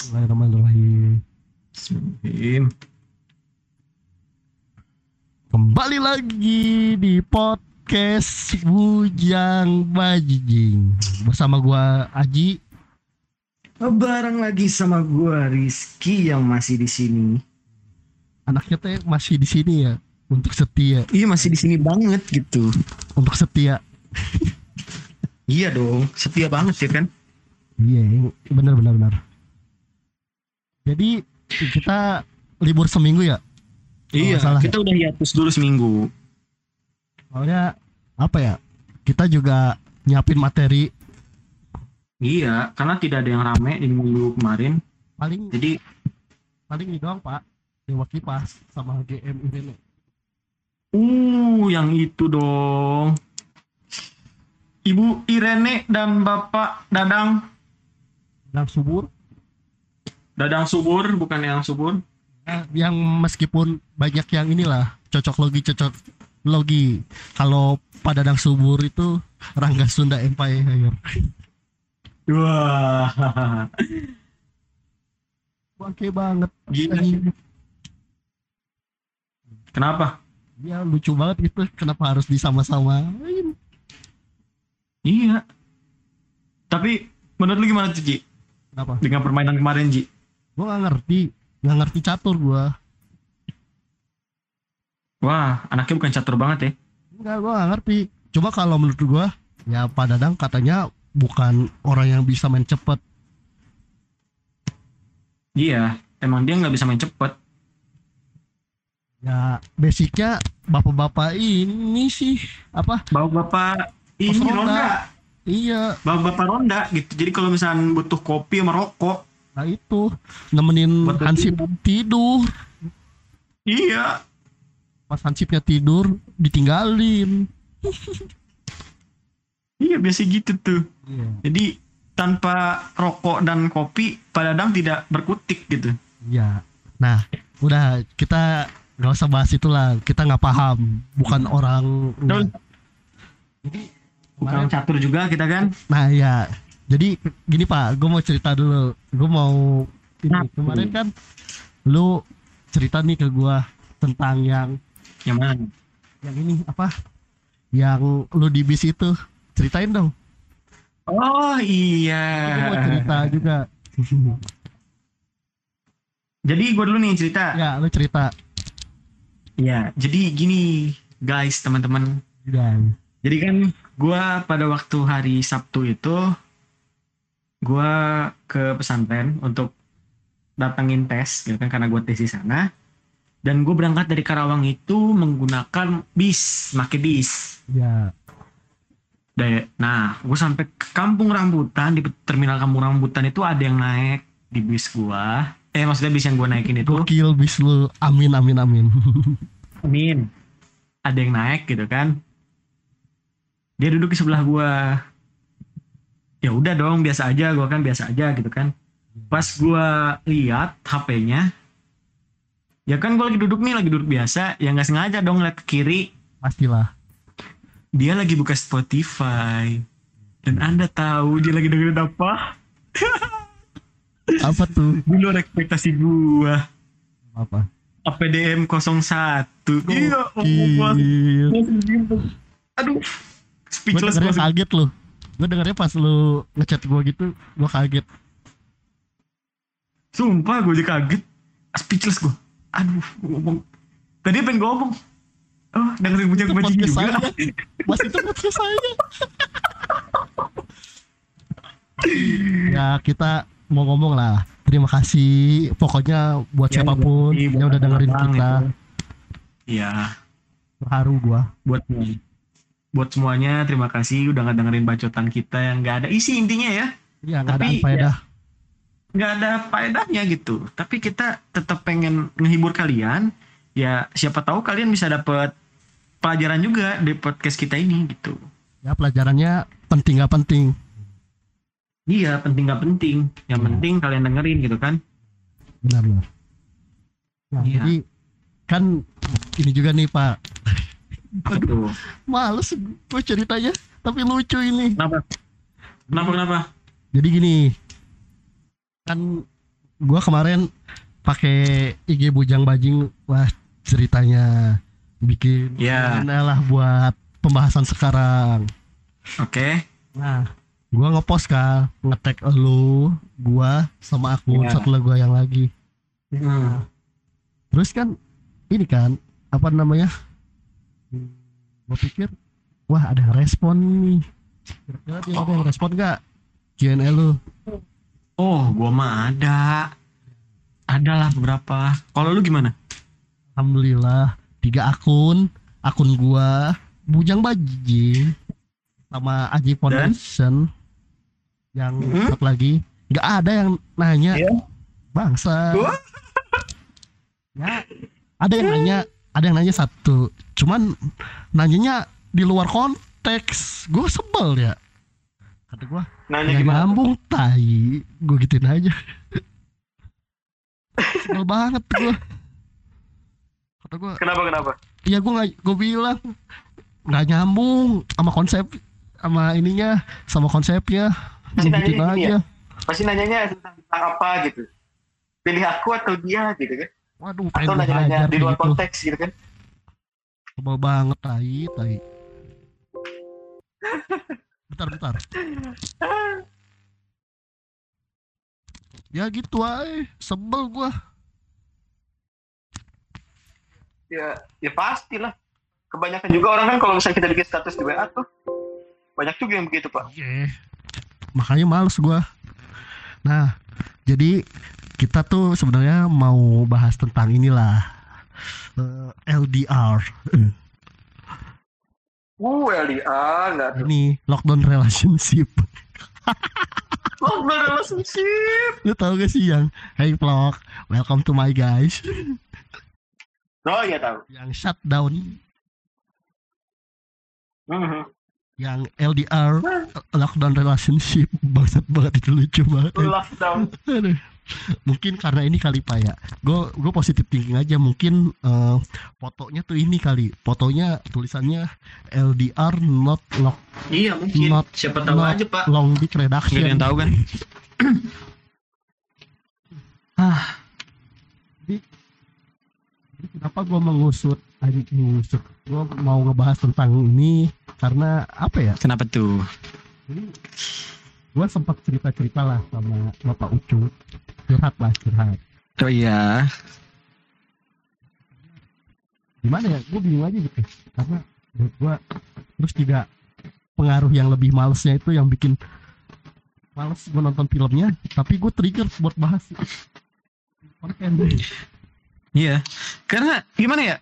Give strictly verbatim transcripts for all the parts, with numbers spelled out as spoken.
Bismillahirrahmanirrahim. Bismillahirrahmanirrahim. Kembali lagi di podcast Bujang Bajing bersama gua Aji. Bareng lagi sama gua Rizky yang masih di sini. Anaknya teh masih di sini ya untuk setia. Iya masih di sini banget gitu. Untuk setia. Iya dong, setia banget ya kan? Iya, benar benar benar. Jadi kita libur seminggu ya? Iya, salah kita ya? udah hiatus dulu seminggu. Soalnya apa ya? Kita juga nyiapin materi. Iya, karena tidak ada yang rame di minggu kemarin. Paling Jadi paling ini doang Pak. Dewa Kipas sama G M Irene. uh yang itu dong. Ibu Irene dan Bapak Dadang. Dan subur. Dadang subur, bukan yang subur. Nah, yang meskipun banyak yang inilah cocok logi cocok logi. Kalau Pak Dadang subur itu Rangga Sunda Empire. Wah, Bangke banget. gila sih. Kenapa? Ya lucu banget gitu. Kenapa harus disama-samain? Iya. Tapi menurut lu gimana tuh, Ji? Kenapa? Dengan permainan kemarin, Ji? Gue gak ngerti. Gak ngerti catur gue. Wah, anaknya bukan catur banget ya. Enggak, gue gak ngerti. Coba kalau menurut gue, ya Pak Dadang katanya bukan orang yang bisa main cepet. Iya, emang dia nggak bisa main cepet. Ya basicnya bapak-bapak ini sih apa? Bapak-bapak Pos ini ronda. ronda. Iya. Bapak-bapak ronda gitu. Jadi kalau misalnya butuh kopi sama rokok, Nah itu nemenin Buat Hansip tidur. iya. Pas Hansipnya tidur ditinggalin. Iya, biasa gitu tuh. Iya. Jadi tanpa rokok dan kopi, Pak Dadang tidak berkutik gitu. Iya. Nah, udah kita nggak usah bahas itulah. Kita nggak paham. Bukan orang. Betul. Jadi Bukan catur juga kita kan. Nah ya, jadi gini Pak, gue mau cerita dulu. Gue mau ini Nah. kemarin kan, lu cerita nih ke gue tentang yang Yang mana? yang ini apa? Yang lu di bis itu, ceritain dong. Oh iya. Gue mau cerita juga. Jadi gue dulu nih yang cerita. Ya, lu cerita. Iya, jadi gini guys, teman-teman. Ya, Jadi kan gue pada waktu hari Sabtu itu gue ke pesantren untuk datangin tes gitu kan, karena gue tes di sana. Dan gue berangkat dari Karawang itu menggunakan bis, pakai bis. ya, Da- Nah, gue sampai ke Kampung Rambutan, di terminal Kampung Rambutan itu ada yang naik di bis gue. Eh maksudnya bis yang gue naikin itu. gokil bis lu. Amin, amin, amin. Amin. Ada yang naik gitu kan. Dia duduk di sebelah gue. Ya udah dong, biasa aja, gue kan biasa aja gitu kan. Pas gue lihat H P-nya, ya kan gue lagi duduk nih, lagi duduk biasa, ya nggak sengaja dong lihat ke kiri, Pastilah. dia lagi buka Spotify. Dan Anda tahu dia lagi dengerin apa? Apa tuh? Di luar ekspektasi gue. Apa? A P D M nol satu. Iya, oh, Gokil. aduh, Gue speechless dengernya gue. kaget lu. Gue dengernya pas lu ngechat gue gitu, gue kaget. Sumpah gue aja kaget. Speechless gue. Aduh, gue ngomong. Tadi pengen gue ngomong. Oh, dengerin bujang Itu bajing podcast juga. saya. Mas itu podcast saya. Ya kita mau ngomong lah. Terima kasih pokoknya buat Ya, siapapun iya, yang buat udah dengerin abang kita. itu. Iya, Terharu gua. buat buat semuanya terima kasih udah nggak dengerin bacotan kita yang nggak ada isi intinya ya. Iya, nggak ada Tapi, faedah. Nggak ada faedahnya gitu. Tapi kita tetap pengen menghibur kalian. Ya, siapa tahu kalian bisa dapat pelajaran juga di podcast kita ini gitu. Ya pelajarannya penting gak penting. Iya, penting nggak penting. Yang Hmm. penting kalian dengerin gitu kan. Benar-benar. Nah, Iya. jadi kan ini juga nih Pak. Apa tuh? Males gue ceritanya, tapi lucu ini. Kenapa? Kenapa kenapa? Jadi gini, kan gua kemarin pakai I G Bujang Bajing, wah ceritanya bikin Ya. lah buat pembahasan sekarang. Oke. Nah, gua ngepost kan, nge-tag elu, gua sama akun Ya. satu lagi gua yang lagi. Hmm. Terus kan ini kan apa namanya? Gua pikir wah ada yang respon nih. Kira-kira dia ada yang respon gak? Q and A lu. Oh, gua mah ada. Ada lah beberapa. Kalau lu gimana? Alhamdulillah tiga akun, akun gua Bujang Bajing sama Aji Foundation yang Hmm? satu lagi nggak ada yang nanya. Iya. Bangsa. Gua? Ya, ada yang nanya, ada yang nanya satu. Cuman nanyanya di luar konteks. Gue sebel ya. Kata gua Nanya nggak gimana? nyambung tai. Gue gituin aja. Sebel banget gua. Kata gua, Kenapa kenapa? iya gue nggak, gue bilang nggak nyambung sama konsep, sama ininya, sama konsepnya. Pasti Gua nanya gituin gini aja. ya? Pasti nanyanya tentang apa gitu. Pilih aku atau dia gitu kan. Waduh, Atau pengen nanya-nanya belajar di kayak luar gitu. konteks gitu kan. Sebel banget tai, tai. Bentar, bentar. Ya gitu aja, sebel gua. Ya, ya pastilah. Kebanyakan juga orang kan kalau misalnya kita bikin status di W A tuh banyak juga yang begitu, Pak. Iya. Makanya males gua. Nah, jadi kita tuh sebenarnya mau bahas tentang inilah eh, L D R. Uh, L D R enggak tuh. Ini lockdown relationship. Lockdown relationship. Lu tahu gak sih yang hey vlog, welcome to my guys. Oh iya tahu. Yang shutdown, Mhm. yang L D R, lockdown relationship. Bangsat banget itu, lucu banget. Lockdown. Aduh. Mungkin karena ini kali Pak ya. Gue gue positif thinking aja. Mungkin eh, fotonya tuh ini kali. Fotonya tulisannya L D R not lock, Iya mungkin. Not- Siapa tahu not aja Pak. long dick Gak ada reduction. yang tahu kan. Ah. Jadi, jadi kenapa gue mengusut adik mengusut? Gue mau ngebahas tentang ini karena apa ya? Kenapa tuh? Jadi gue sempat cerita-cerita lah sama Bapak Ucu, curhat lah curhat. Oh iya. Gimana ya? Gue bingung aja gitu. Karena menurut gue terus juga pengaruh yang lebih malesnya itu yang bikin males gue nonton filmnya, tapi gue trigger buat bahas konten. Iya. Karena gimana ya?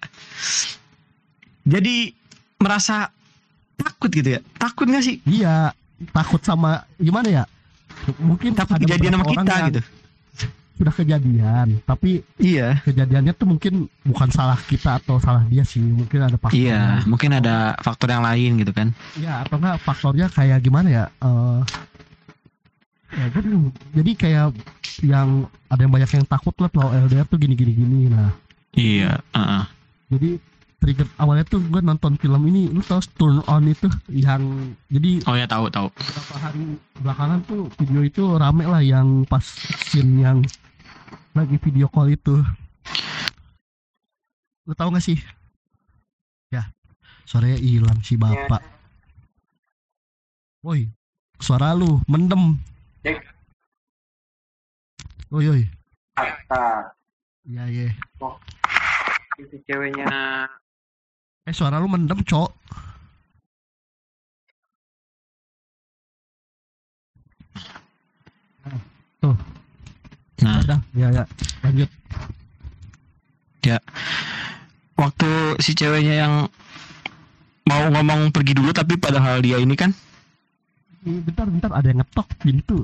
Jadi merasa takut gitu ya. Takut gak sih? Iya, takut sama gimana ya? Mungkin Takut ada kejadian sama beberapa orang kita yang gitu. sudah kejadian, tapi Iya. kejadiannya tuh mungkin bukan salah kita atau salah dia sih, mungkin ada faktor. Iya. Mungkin ada faktor yang lain gitu kan. Ya atau enggak faktornya kayak gimana ya? Eh ya gue bingung. Jadi kayak yang ada yang banyak yang takut lah kalau L D R tuh gini gini gini. Nah, Iya. Uh-uh. jadi trigger awalnya tuh gue nonton film ini, lu tau Turn On itu yang jadi Oh ya tahu tahu. beberapa hari belakangan tuh video itu rame lah yang pas scene yang lagi video call itu. Lu tahu gak sih? Ya, suaranya hilang si bapak. Woi, suara lu mendem. Ya. Woi, woi. Nah, Iya, iya. itu ceweknya Eh, suara lu mendem, Cok. Tuh. Nah, Udah, ya, ya. Lanjut. waktu si ceweknya yang mau ngomong pergi dulu tapi padahal dia ini kan Ih, Bentar, bentar, ada yang ngetok pintu.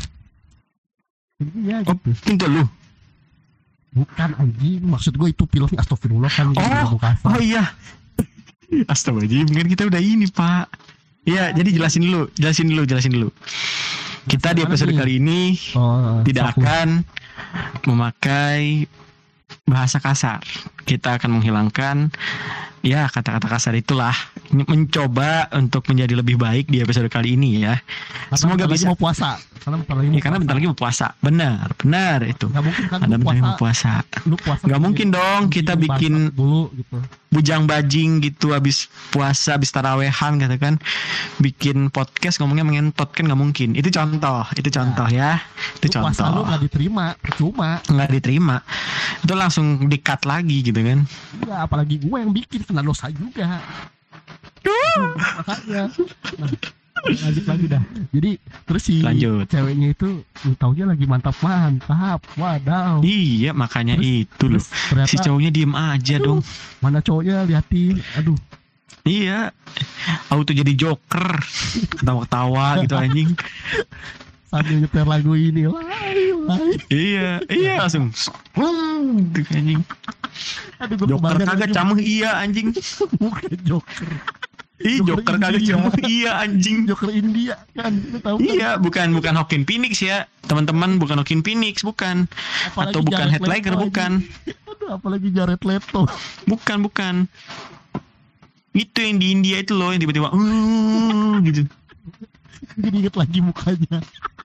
Iya, oh, gitu. pintu lu. Bukan anjing, maksud gue itu filmnya astagfirullah kan. Oh, ngomong kasar. Oh iya. Astagfirullahaladzim, kan kita udah ini Pak. Iya, jadi jelasin dulu, jelasin dulu, jelasin dulu. Kita di episode Gimana nih? kali ini Oh, tidak sok lu. akan memakai bahasa kasar. Kita akan menghilangkan ya kata-kata kasar itulah mencoba untuk menjadi lebih baik di episode kali ini ya. Karena Semoga bentar lagi bisa. mau puasa. Karena bentar lagi Ya, mau karena bentar puasa. lagi mau puasa. Benar, benar itu. Nggak mungkin kan Ada lu bentar lagi mau puasa, puasa. lu puasa. Nggak mungkin dong kita bikin dulu gitu. bujang bajing gitu habis puasa, habis tarawehan gitu kan. Bikin podcast ngomongnya mengentot kan nggak mungkin. Itu contoh, itu contoh ya. Itu Lu puasa lu contoh. nggak diterima, percuma. Nggak diterima. Itu langsung di-cut lagi gitu kan. Iya, apalagi gue yang bikin kena dosa juga. Makanya. Nah, lanjut lagi dah. Jadi terus si Lanjut. ceweknya itu lu taunya lagi mantap-mantap. Wadaw. Iya, makanya Terus- itu loh. Terus ternyata Si cowoknya diem aja aduh, dong. mana cowoknya liatin. Aduh, Iya. Auto jadi joker. Ketawa-ketawa gitu anjing. sambil nyetel lagu ini. Lai, lai. Iya, iya langsung. Hmm, gitu anjing. Aduh, gue Joker kebayang kagak lagi camuh iya anjing. muka Joker. Ih, Joker Joker kagak India. camuh iya anjing. Joker India kan, lu tahu kan? Iya, bukan bukan Joaquin Phoenix ya. Teman-teman, bukan Joaquin Phoenix, bukan. Apalagi Atau bukan Jared Heath Ledger, Leto, bukan. anjing. Aduh, apalagi Jared Leto. Bukan, bukan. Itu yang di India itu loh yang tiba-tiba uh, gitu. Jadi inget lagi mukanya.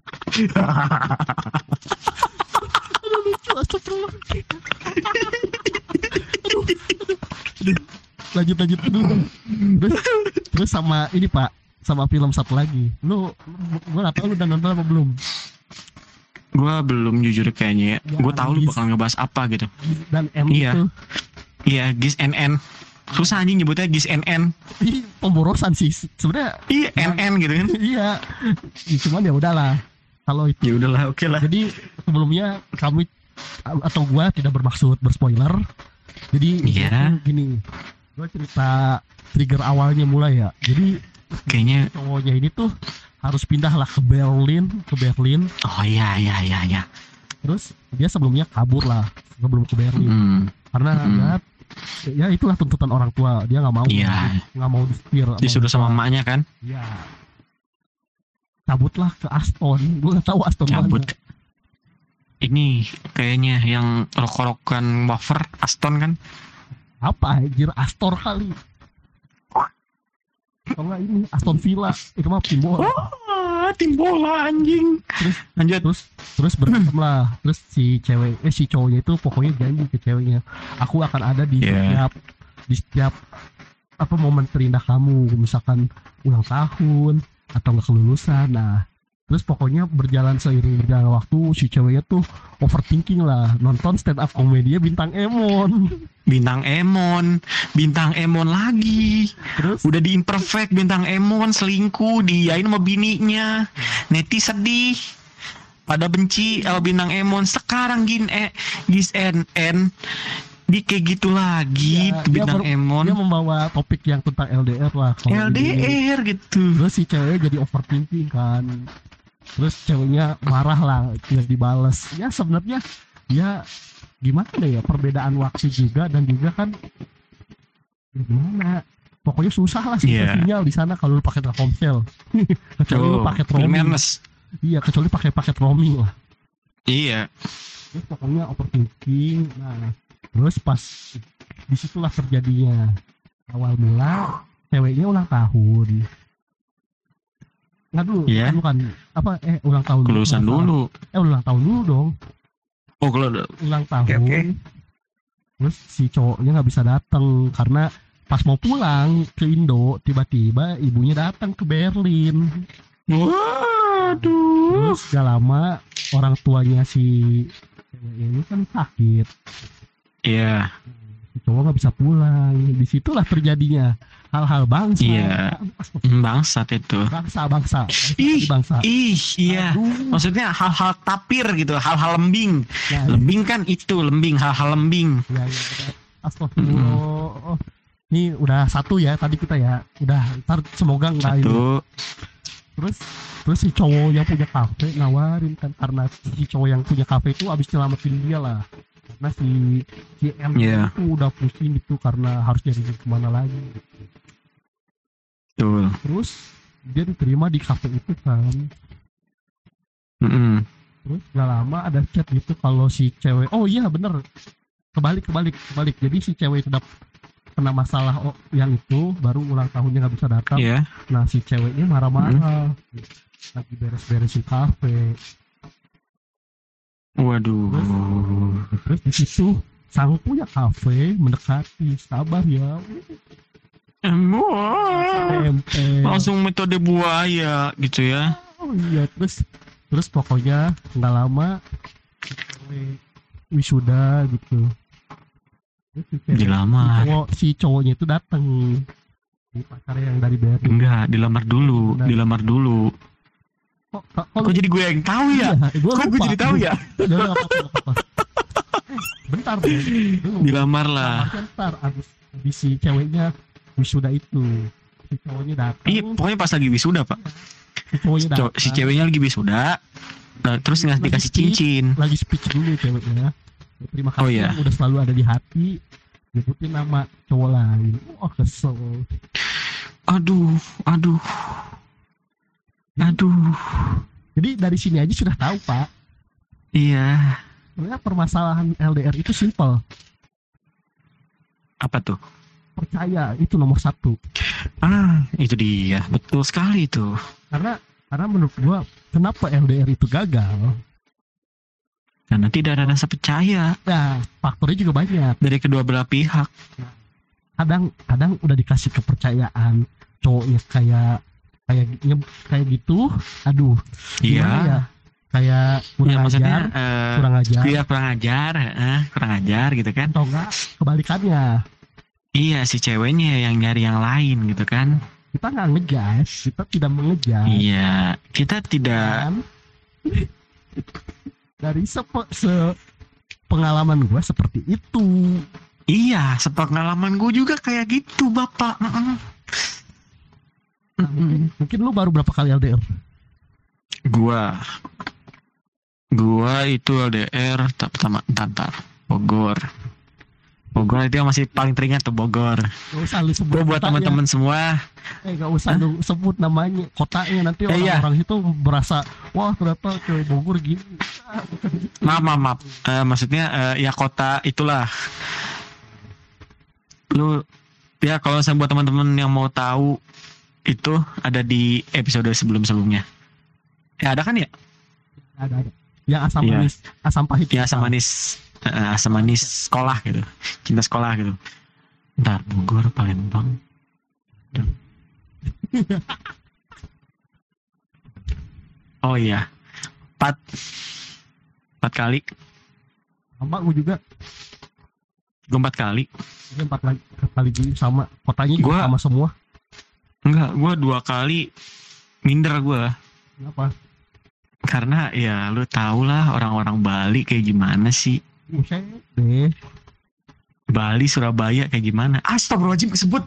Aduh, lucu, astagfirullah. Aduh, aduh. Lanjut lanjut dulu. Terus, terus sama ini Pak, sama film satu lagi. Lu, gue gak tau lu udah nonton apa belum. Gua belum jujur kayaknya ya. Ya, Gue tahu lu Giz. bakal ngebahas apa gitu. Dan M Iya. itu, Iya, Giz N N. Susah anjing nyebutnya Giz N N. ini pemborosan sih sebenarnya. Iya, N N gitu kan. Iya, ya, cuman ya udahlah. Kalau itu, Ya udahlah, oke lah. jadi sebelumnya kami atau gua tidak bermaksud berspoiler. Jadi Iya. itu gini, gua cerita trigger awalnya mulai ya. Jadi Kayaknya cowoknya ini tuh harus pindah lah ke Berlin, ke Berlin. oh iya iya iya iya. Terus dia sebelumnya kabur lah sebelum ke Berlin Hmm, karena Hmm. ya, ya itulah tuntutan orang tua, dia nggak mau, Iya. nggak mau disetir, disuruh sama emaknya kan. ya cabutlah ke Aston. Gue nggak tahu Aston Cabut. mana. Ini kayaknya yang rokok-rokokan wafer Aston kan. Apa anjir, Astor kali. Kalau nggak ini Aston Villa, itu mah tim bola. Wah, tim bola anjing. Terus Lanjut. terus terus berantem lah. Terus si cewek eh si cowoknya itu pokoknya janji ke ceweknya, aku akan ada di Yeah. setiap di setiap apa momen terindah kamu, misalkan ulang tahun atau nggak kelulusan. Nah, terus pokoknya berjalan seiring berjalan waktu, si ceweknya tuh overthinking lah, nonton stand up komedi bintang Emon. Bintang Emon, bintang Emon lagi. Terus Udah di imperfect bintang Emon selingkuh, diain sama bininya. Neti sedih. Pada benci sama bintang Emon. Sekarang gin eh Gis N N di kayak gitu lagi Ya, tuh dia bintang baru- Emon. dia membawa topik yang tentang L D R lah. kalau L D ini. R gitu. Terus si cewek jadi overthinking kan. Terus ceweknya marah lah, tidak dibales. Ya sebenarnya ya gimana ya, perbedaan waktu juga dan juga kan ya gimana. Pokoknya susah lah sih Iya. sinyal di sana kalau lu pakai Telkomsel. Kecuali lu Tuh, pakai film roaming. Ernest. Iya, kecuali pakai paket roaming lah. Iya. Terus pokoknya overthinking. Nah, terus pas disitulah terjadinya awal mula ceweknya ulang tahun. Nggak dulu, Iya. bukan apa eh ulang tahun Kelulusan Ulang tahun. dulu. Eh ulang tahun dulu dong, Oh kalau ulang tahun. Oke, oke. Terus si cowoknya nggak bisa datang karena pas mau pulang ke Indo tiba-tiba ibunya datang ke Berlin. waduh. Terus gak lama orang tuanya si ceweknya ini kan sakit. Iya. Si cowok nggak bisa pulang. Disitulah terjadinya hal-hal bangsa. Iya. Hmm, bangsat itu. Bangsa bangsa. Ih, Bangsa. Ih, iya. Aduh. Maksudnya hal-hal tapir gitu, hal-hal lembing. Ya, Lembing kan itu, lembing, hal-hal lembing. ya, ya, ya. Astagfirullah. Ini udah satu ya tadi kita ya. Udah, ntar semoga enggak ini. Satu. Terus terus si cowok yang punya kafe nawarin kan, karena si cowok yang punya kafe itu abis nyelamatin dia lah. Karena si si M Iya. itu udah pusing gitu karena harus jadi kemana lagi. Betul. Terus dia diterima di kafe itu kan. Mm-mm. Terus gak lama ada chat gitu kalau si cewek, oh iya bener, kebalik kebalik kebalik. Jadi si cewek itu dap- kena masalah oh, yang itu baru ulang tahunnya nggak bisa datang. Iya. Nah si ceweknya marah-marah lagi beres-beresin kafe. Waduh. Terus di situ sang punya kafe mendekati, sabar ya. Wah, Tempel. langsung metode buaya gitu ya. Oh iya, terus terus pokoknya nggak lama cewek wisuda gitu. Terus si cewek- Dilamar. si cowok si cowoknya itu datang. Si pacarnya yang dari B R D. Enggak, dilamar dulu, Nah. dilamar dulu. Kok kok kok Kok jadi gue yang tahu ya? Gue Kok gue jadi tahu ya? Udah, udah, nggak apa-apa, nggak apa-apa. Eh, bentar deh. Dulu. Dilamar lah. Lamarnya ntar abis, abis si ceweknya wisuda itu. Si cowoknya datang. Iya, pokoknya pas lagi wisuda, Pak. Si cowoknya Co- datang. si ceweknya lagi wisuda. Nah, terus nggak Lagi dikasih speech. cincin. Lagi speech dulu ceweknya. Terima kasih Oh, iya. yang udah selalu ada di hati. Nyebutin nama cowok lain. Wah kesel. Aduh, aduh. Aduh. Jadi dari sini aja sudah tahu Pak. Iya. Sebenarnya permasalahan L D R itu simple. Apa tuh? Percaya itu nomor satu. Ah, itu dia. Betul sekali itu. Karena karena menurut gua kenapa L D R itu gagal? Karena tidak ada rasa percaya Nah, faktornya juga banyak. dari kedua belah pihak. Kadang kadang udah dikasih kepercayaan cowoknya kayak kayak nye- kayak gitu. Aduh, gimana ya? Iya. Kayak kurang Ya, maksudnya ajar, eh, kurang ajar. iya kurang ajar, eh, kurang ajar gitu kan. Atau enggak kebalikannya. Iya, si ceweknya yang nyari yang lain gitu kan. Kita nggak ngejas, kita tidak mengejar. Iya, kita tidak. Kan? Dari sepe- se pengalaman gua seperti itu. Iya, sepengalaman gue juga kayak gitu, Bapak. Mm-mm. Nah, mungkin, mungkin lu baru berapa kali L D R? Gua, gua itu L D R tak pertama, entar, entar, Bogor. Bogor itu yang masih paling teringat tuh Bogor. Gak usah lu sebut Gue buat kotanya. teman-teman semua. Eh gak usah lu sebut namanya, kotanya, nanti Eh, iya. orang-orang itu berasa wah ternyata ke Bogor gini. Ah, bukan gitu. Maaf, maaf, maaf. Eh, maksudnya eh, ya kota itulah. Lu ya kalau saya buat teman-teman yang mau tahu itu ada di episode sebelum-sebelumnya. Ya ada kan ya? Ada ada. Yang asam Iya. manis, asam pahit. Ya asam manis, eh, asam manis sekolah gitu, cinta sekolah gitu. Ntar Bogor, Palembang. Aduh. Oh iya, empat, empat kali, Sama gue juga. gue empat kali. Ini empat lagi empat kali juga sama. Kotanya juga Gua- sama semua. Enggak, gue dua kali minder gue. Kenapa? Karena ya lu tau lah orang-orang Bali kayak gimana sih. Buset deh. Bali, Surabaya kayak gimana. Astagfirullahaladzim kesebut.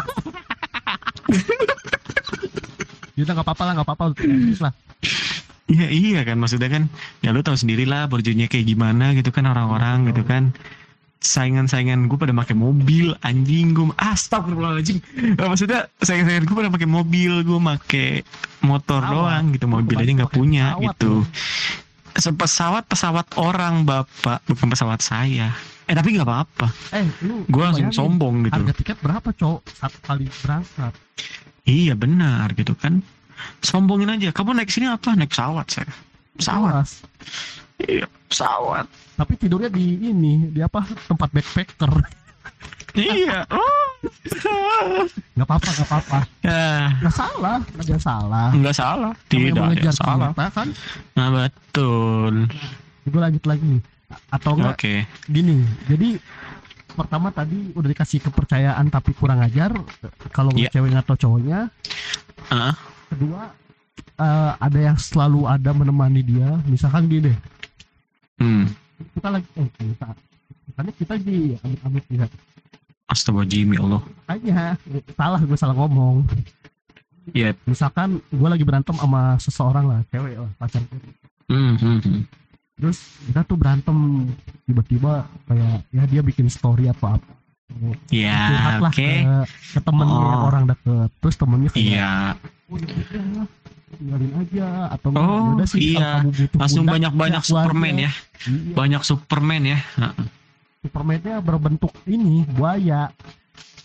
Kita nggak apa-apa lah, nggak apa-apa. Terus lah. Iya iya kan maksudnya kan. Ya lu tahu sendiri lah borjonya kayak gimana gitu kan orang-orang gitu kan. Saingan-saingan gue pada pakai mobil anjing gue. Astagfirullahaladzim. Nah, maksudnya saingan-saingan gue pada pakai mobil, gue pakai motor Pesawat. doang gitu. Lu Mobil aja pakai nggak punya pesawat gitu. dong. Pesawat pesawat orang bapak bukan pesawat saya. Eh tapi nggak apa-apa. Eh, lu Gue langsung bayangin, sombong gitu. harga tiket berapa, Cok? Satu kali berangkat. Iya benar gitu kan. Sombongin aja. Kamu naik sini apa? Naik pesawat saya. Pesawat. Luas. Iya pesawat. Tapi tidurnya di ini, di apa? Tempat backpacker. Iya. Oh. Nggak apa-apa, nggak apa-apa. Ya, Nggak salah, nggak ada salah. nggak salah. Namanya Tidak ada mengejar yang salah. cinta, kan? Nah betul. Gue lanjut lagi. Atau enggak Oke. gini. Jadi pertama tadi udah dikasih kepercayaan tapi kurang ajar. Kalau Iya. cewek atau cowoknya. Ah. Kedua, eh, ada yang selalu ada menemani dia. Misalkan gini deh. Hmm. Kita lagi, eh kita. Misalnya kita di amit-amit ya. Astagfirullahaladzim ya Allah. Makanya salah, gue salah ngomong. Iya. Misalkan gue lagi berantem sama seseorang lah, cewek lah, pacar gue. Hmm, hmm, hmm. Terus kita tuh berantem tiba-tiba kayak ya dia bikin story atau apa. Ya, Curhat lah oke. ke, ke temennya Oh. orang deket. Terus temennya kayak Iya. oh ya udah, tinggalin aja atau enggak, Oh, "Ya udah sih, iya. kalau kamu butuh Langsung pundak, banyak-banyak ya keluar Superman aja." ya. Iya. Banyak Superman ya. Heeh. Superman-nya berbentuk ini buaya.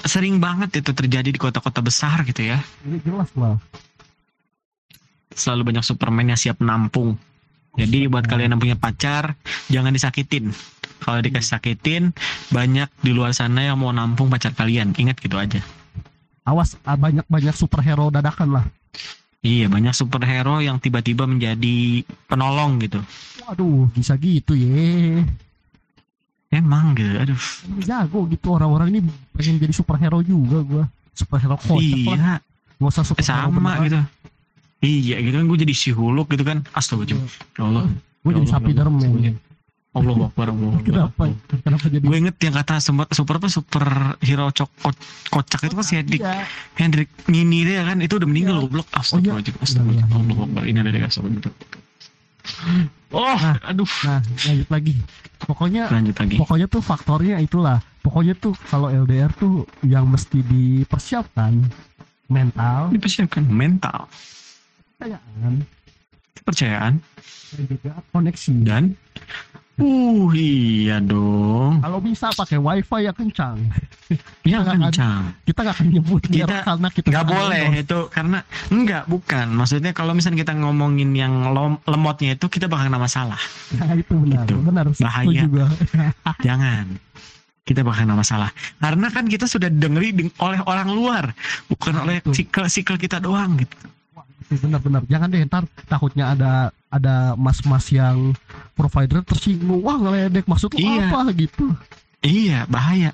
sering banget itu terjadi di kota-kota besar gitu ya. Ini jelas lah. Selalu banyak Superman yang siap nampung. Jadi buat kalian yang punya pacar, jangan disakitin. Kalau dikasih sakitin, banyak di luar sana yang mau nampung pacar kalian. Ingat gitu aja. Awas, ah, banyak-banyak superhero dadakan lah. Iya, banyak superhero yang tiba-tiba menjadi penolong gitu. Waduh, bisa gitu ya. Emang gitu, aduh. Emang jago gitu orang-orang ini pengen jadi superhero juga gua. Superhero kocak lah. Iya, Nggak usah superhero sama beneran. gitu. Iya gitu kan, gue jadi si Huluk gitu kan. Astagfirullahaladzim. Ya Allah. Gue Ya jadi Allah, sapi ya Allah. dermen. Allah Akbar, Allah Akbar. Kenapa? Kenapa jadi? Gue inget yang kata super super apa super hero cok ko- kocak itu kan si Hendrik Iya. Hendrik Mini dia kan, itu udah meninggal Iya. goblok. Astagfirullahaladzim. Oh, iya. Astagfirullahaladzim. Iya, iya. Allah Akbar. Ini ada kasus betul. Oh, Nah. aduh. Nah, lanjut lagi. Pokoknya Lanjut lagi. pokoknya tuh faktornya itulah. Pokoknya tuh kalau L D R tuh yang mesti dipersiapkan mental, Dipersiapkan mental, kepercayaan, kepercayaan, dan juga koneksi. dan uh iya dong. Kalau bisa pakai wifi yang kencang. Yang Nggak akan- kencang. Kita nggak akan nyebut Kita merek karena kita nggak nggak boleh endorse. itu, karena enggak, bukan maksudnya kalau misalnya kita ngomongin yang lom- lemotnya itu kita bakal kena masalah. Nah, itu benar, Itu. benar. Bahaya. Itu juga. Jangan, kita bakal kena masalah karena kan kita sudah dengeri deng- oleh orang luar, bukan Nah, oleh itu. sikel sikel kita doang gitu. Wah, itu benar-benar. Jangan deh, ntar takutnya ada ada mas-mas yang provider tersinggung. Wah, ngeledek, maksud lu Iya. apa gitu. Iya, bahaya.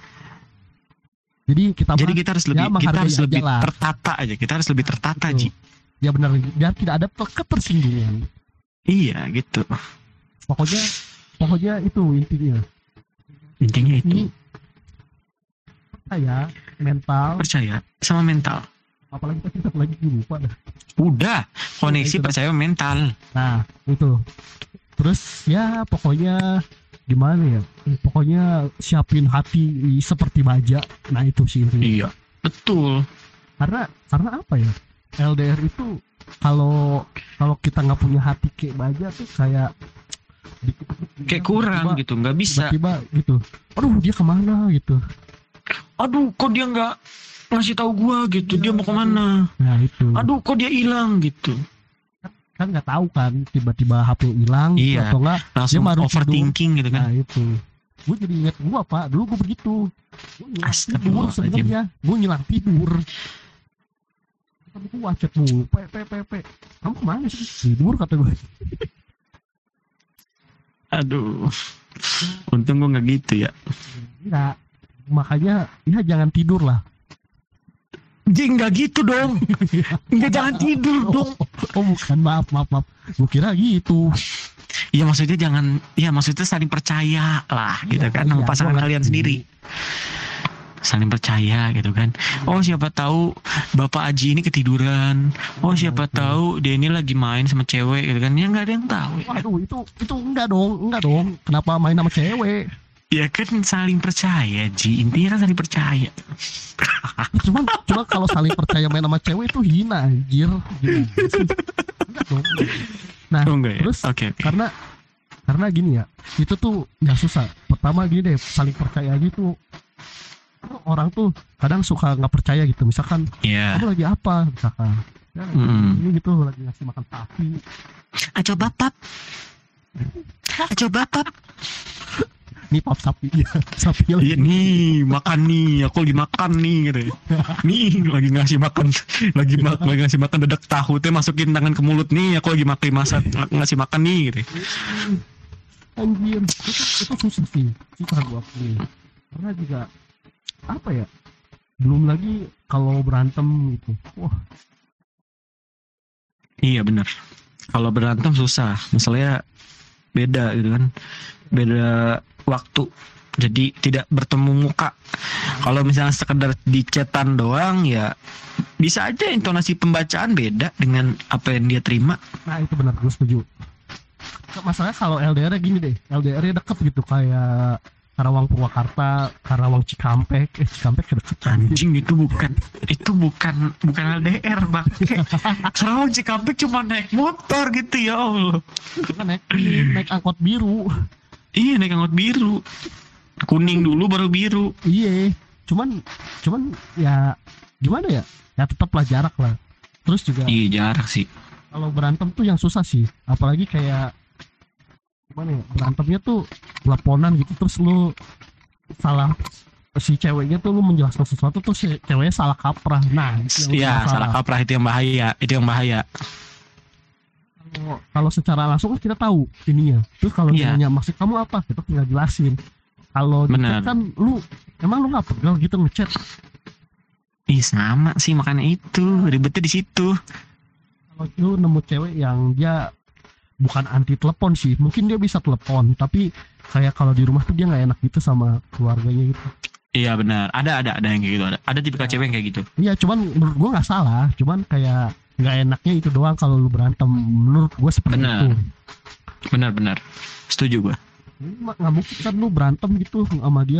Jadi kita Jadi mah- kita harus ya, lebih kita menghargai harus aja lebih lah. tertata aja, kita harus lebih tertata Betul. Ji. ya benar, biar tidak ada ketersinggungan. Iya gitu, Pokoknya pokoknya itu intinya. intinya itu. Ini percaya, mental, Percaya sama mental. apalagi tadi satu lagi gue lupa dah. Udah, koneksi, Itu. percaya, mental. Nah, itu. Terus ya pokoknya gimana ya? Pokoknya siapin hati seperti baja. Nah, itu sih intinya. Iya, betul. Karena karena apa ya? L D R itu kalau kalau kita nggak punya hati kayak baja tuh kayak dikit-dikit Kayak kurang tiba-tiba- gitu, nggak bisa. tiba-tiba gitu. Aduh, dia kemana gitu. Aduh, kok dia nggak ngasih tahu gua gitu, dia mau kemana? Nah, itu. Aduh, kok dia hilang gitu. Kan nggak tahu kan, tiba-tiba H P hilang Iya. atau enggak. Langsung baru overthinking gitu kan. Nah, itu. Gue jadi inget gua, Pak. Dulu gue begitu. Gue ngilang tidur Astagfirullahaladzim. sebenarnya. Gue ngilang tidur. Tapi gue wacet mulu. Pe, pe, pe, pe. Kamu kemana sih? Tidur kata gue. Aduh, untung gua nggak gitu ya. Enggak. Makanya ya jangan tidur lah. Ji, nggak gitu dong. Nggak, jangan tidur dong. Oh, bukan, maaf, maaf, maaf. Gue kira gitu. Iya, maksudnya jangan, ya maksudnya saling percaya lah gitu Iya, kan sama iya, pasangan gua kalian ngerti. sendiri. Saling percaya gitu kan. Oh, siapa tahu Bapak Aji ini ketiduran. Oh, siapa Betul. tahu dia ini lagi main sama cewek gitu kan. Ya nggak ada yang tahu. Waduh, itu itu enggak dong, enggak dong. Kenapa main sama cewek? Ya kan saling percaya, Ji. Intinya kan saling percaya. Cuman cuma kalau saling percaya main sama cewek itu hina, anjir. Gimana sih? Enggak dong. Nah, Oh enggak ya? terus Oke, oke. karena karena gini ya, itu tuh nggak susah. Pertama gini deh, saling percaya gitu. Orang tuh kadang suka nggak percaya gitu. Misalkan Iya. kamu lagi apa, misalkan. Ya, Mm-mm. ini gitu lagi ngasih makan sapi. Ah, coba pap. Ah, coba pap. Nih pap sapi ya, sapi Iya lagi. nih, makan nih, aku lagi makan nih gitu. Nih lagi ngasih makan, lagi ma- lagi ngasih makan dadak tahu teh, masukin tangan ke mulut nih, aku lagi makan masak ngasih makan nih gitu. Anjir, itu, itu susah sih, susah gua akuin. Karena juga apa ya? Belum lagi kalau berantem gitu. Wah, Iya benar. Kalau berantem susah, masalahnya beda gitu kan, beda waktu. Jadi tidak bertemu muka. Kalau misalnya sekedar di chatan doang ya bisa aja intonasi pembacaan beda dengan apa yang dia terima. nah itu benar, gue setuju. Masalahnya kalau L D R gini deh, L D R-nya deket gitu kayak Karawang Purwakarta, Karawang Cikampek, eh Cikampek deket kan. Anjing, itu bukan itu bukan bukan L D R bang. Karawang Cikampek cuma naik motor gitu, ya Allah. Itu kan naik naik angkot biru. Iya, naik angkot biru, kuning dulu baru biru. Iya. cuman cuman ya gimana ya, ya tetaplah jarak lah. Terus juga Iya jarak sih. kalau berantem tuh yang susah sih, apalagi kayak gimana ya, berantemnya tuh teleponan gitu, terus lu salah, si ceweknya tuh lu menjelaskan sesuatu tuh si ceweknya salah kaprah. Nah itu yang Iya masalah. salah kaprah, itu yang bahaya, itu yang bahaya. Kalau kalau secara langsung kan kita tahu ininya, terus kalau Iya. dia nanya maksud kamu apa, kita tinggal jelasin. Kalau di Bener. chat kan lu emang lu nggak pegel gitu ngechat. Ih sama sih, makanya itu ribetnya di situ. Kalau lu nemu cewek yang dia bukan anti telepon sih, mungkin dia bisa telepon, tapi kayak kalau di rumah tuh dia nggak enak gitu sama keluarganya gitu. Iya benar, ada ada ada yang kayak gitu, ada ada tipe cewek yang kayak gitu. Iya, cuman menurut gua nggak salah, cuman kayak nggak enaknya itu doang kalau lu berantem. Menurut gua seperti Benar. itu. Benar-benar setuju gue. Ini mah nggak mungkin kan lu berantem gitu sama dia.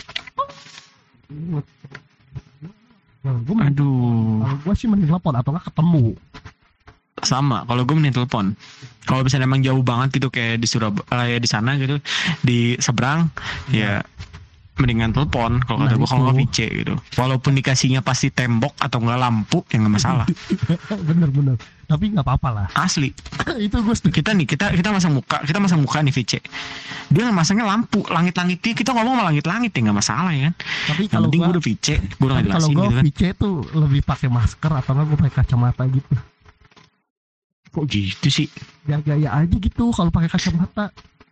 Nah, gua mending- Aduh, kalau gua sih mending telepon atau nggak ketemu. sama. Kalau gue mending telepon. Kalau misalnya emang jauh banget gitu kayak di Surabaya, di sana gitu, di seberang, ya mendingan telepon. Kalau kata Nah, gue, kalau itu. nggak V C gitu. Walaupun dikasihnya pasti tembok atau nggak lampu, ya nggak masalah. Bener-bener. Tapi nggak apa-apa lah. Asli. Itu gue setuju. Kita nih, kita kita masang muka, kita masang muka nih V C. Dia masangnya lampu, langit-langit dia, kita ngomong sama langit-langit ya nggak masalah ya kan. Tapi Yang kalau penting gua gue udah V C, gue udah tapi kalau ngejelasin gua gitu kan. V C tuh lebih pakai masker atau nggak gua pakai kacamata gitu. Kok gitu sih? Ya gaya aja gitu kalau pakai kacamata.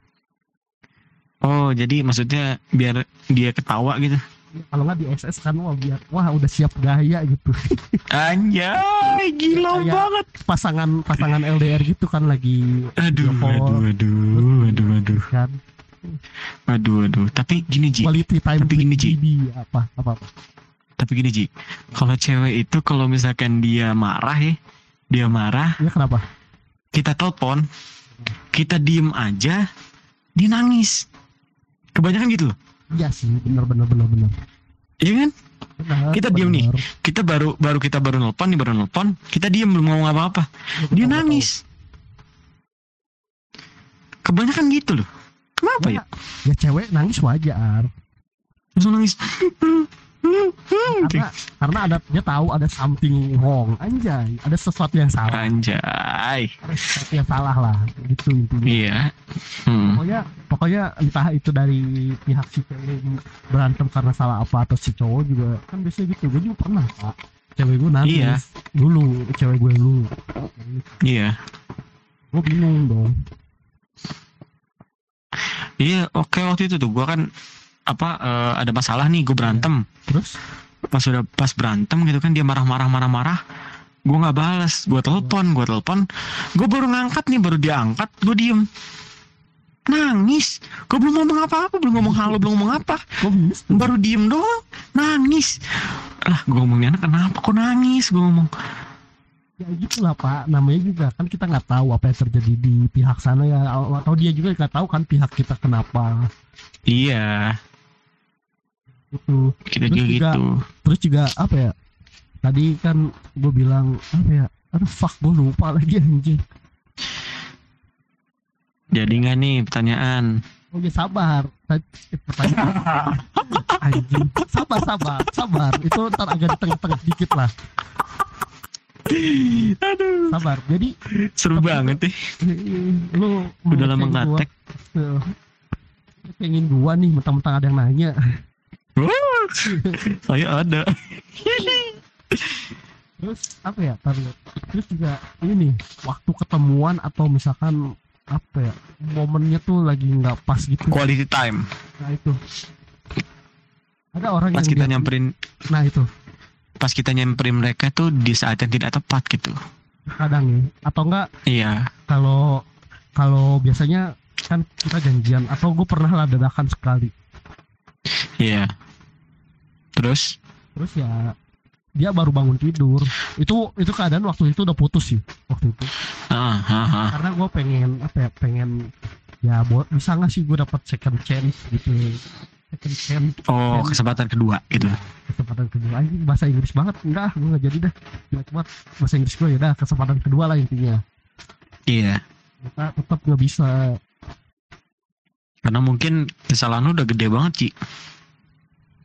Oh, jadi maksudnya biar dia ketawa gitu. Ya, kalau nggak di S S kan, wah biar wah udah siap gaya gitu. Anjay, gila Kayak- banget. pasangan pasangan L D R gitu kan lagi Aduh, video call, aduh, aduh, aduh, aduh, kan. aduh, aduh. Tapi gini Ji, Quality time Tapi gini, Ji. di apa apa apa. tapi gini Ji. Kalau cewek itu kalau misalkan dia marah ya, dia marah, Ya kenapa? kita telepon, kita diem aja, dia nangis. Kebanyakan gitu loh. Iya sih, benar benar benar benar. Iya kan? Benar, Kita diem nih. benar. Kita baru baru kita baru nelpon nih, baru nelpon, kita diem belum ngomong apa-apa. Ya, Dia betul, nangis. Kebanyakan gitu loh. Kenapa betul. ya? Ya, ya cewek nangis wajar. Langsung nangis. Karena karena ada dia tahu ada something wrong, anjay, ada sesuatu yang salah, Anjay. ada sesuatu yang salah lah, gitu intinya. Iya. Hmm. Pokoknya pokoknya entah itu dari pihak si cewek berantem karena salah apa atau si cowok juga kan biasanya gitu. Gue juga pernah pak, cewek gue nangis Iya. dulu, cewek gue dulu, Iya. gue bingung dong. Iya, oke waktu itu tuh gua kan apa eh, ada masalah nih, gue berantem. Terus Pas udah pas berantem gitu kan dia marah-marah marah-marah. Gue nggak balas, gue telepon, gue telepon, gue baru ngangkat nih, baru diangkat, gue diem, nangis. Gue belum ngomong apa-apa, belum ngomong halo, belum ngomong apa, gue bingung tuh. baru diem doang, nangis. Lah, gue ngomongnya anak kenapa kok nangis? Gue ngomong, Ya gitu lah pak, namanya juga kan kita nggak tahu apa yang terjadi di pihak sana ya, atau dia juga nggak tahu kan pihak kita kenapa iya, gitu. kita Terus juga juga- gitu. Terus juga apa ya, tadi kan gue bilang apa ya, aduh fuck gue lupa lagi anjing. Jadi nggak nih pertanyaan? Oh ya sabar, Tadi- eh, pertanyaan anjing, sabar sabar sabar, itu ntar agak di tengah-tengah dikit lah, Aduh, sabar. Jadi seru banget deh. eh, lu Udah lama ngecengin gua, ngetek. eh, ngecengin gua nih, mentang-mentang ada yang nanya. Wah, saya ada. Terus apa ya, tar dulu. Terus juga ini waktu ketemuan atau misalkan apa ya, momennya tuh lagi nggak pas gitu. Quality time. Nah itu ada orang Pas yang kita dia- nyamperin, nah itu pas kita nyamperin mereka tuh di saat yang tidak tepat gitu. kadang ya, atau enggak Iya. kalau kalau biasanya kan kita janjian, atau gue pernah lah dadakan sekali. Iya. Terus? Terus ya dia baru bangun tidur, itu itu keadaan waktu itu udah putus sih waktu itu, Ah, ah, ah. karena gue pengen apa ya, pengen ya buat bisa nggak sih gue dapat second chance gitu, second chance, Oh, kesempatan kedua gitu. kesempatan kedua. Anjing bahasa Inggris banget, enggak gue nggak jadi dah, jelek banget bahasa Inggris gue. Ya udah, kesempatan kedua lah intinya. Iya. Kita tetap nggak bisa. Karena mungkin kesalahan lu udah gede banget, Ci. Itu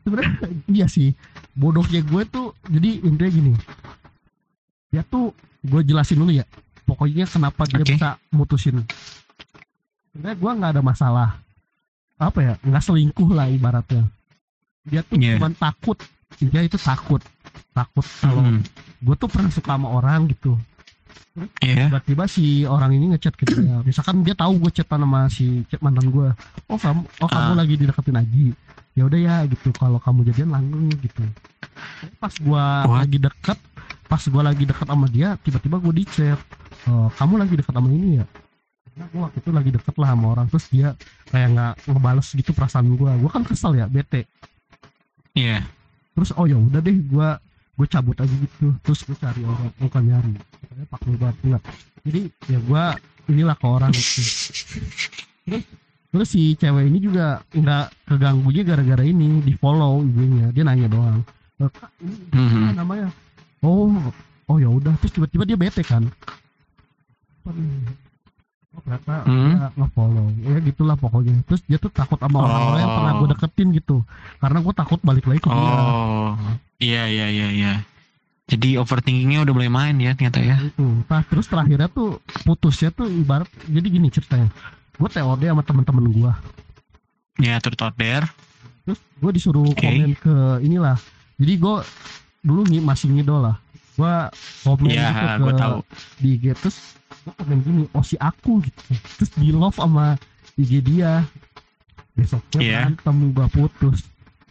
sebenarnya iya sih, bodohnya gue tuh jadi intinya gini, dia tuh gue jelasin dulu ya pokoknya kenapa dia Oke. bisa mutusin. Sebenarnya gue nggak ada masalah apa ya, nggak selingkuh lah ibaratnya, dia tuh Iya. cuman takut, dia itu takut takut kalau Hmm. gue tuh pernah suka sama orang gitu, Iya. tiba-tiba si orang ini ngechat ke dia, misalkan dia tahu gue chatan sama si chat mantan gue, oh kamu oh kamu Ah. lagi dideketin lagi, ya udah ya gitu, kalau kamu jadian langgeng gitu. Pas gue What? lagi deket pas gue lagi deket sama dia, tiba-tiba gue di chat, "Eh, kamu lagi deket sama ini ya?" Karena gue waktu itu lagi deket lah sama orang, terus dia kayak nggak ngebales gitu perasaan gue, gue kan kesel ya, bete, Iya. terus oh ya udah deh gue gue cabut aja gitu, terus gue cari orang, bukan nyari, pokoknya pak banget enggak, jadi ya gue inilah ke orang gitu. terus terus si cewek ini juga nggak keganggunya gara-gara ini, di follow I G-nya, dia nanya doang, "Eh, Kak, ini apa Hmm. namanya?" oh oh ya udah, terus tiba-tiba dia bete kan, oh ternyata Hmm. dia nge-follow ya gitulah pokoknya, terus dia tuh takut sama orang-orang yang pernah gue Oh. deketin gitu, karena gue takut balik lagi ke dia. Oh. Iya iya iya iya. Jadi overthinkingnya udah mulai main ya ternyata ya. Itu. Nah, terus terakhirnya tuh putusnya tuh ibarat jadi gini ceritanya. Gue T O D sama temen-temen gue. Ya turut order. Terus gue disuruh Oke. komen ke inilah. Jadi gue dulu ngi masih ngidol lah. Gue komen Iya, gitu gue ke tahu. di I G, terus gue komen gini, oh si aku gitu. Terus di love sama I G dia. Besoknya Iya. berantem, gue putus.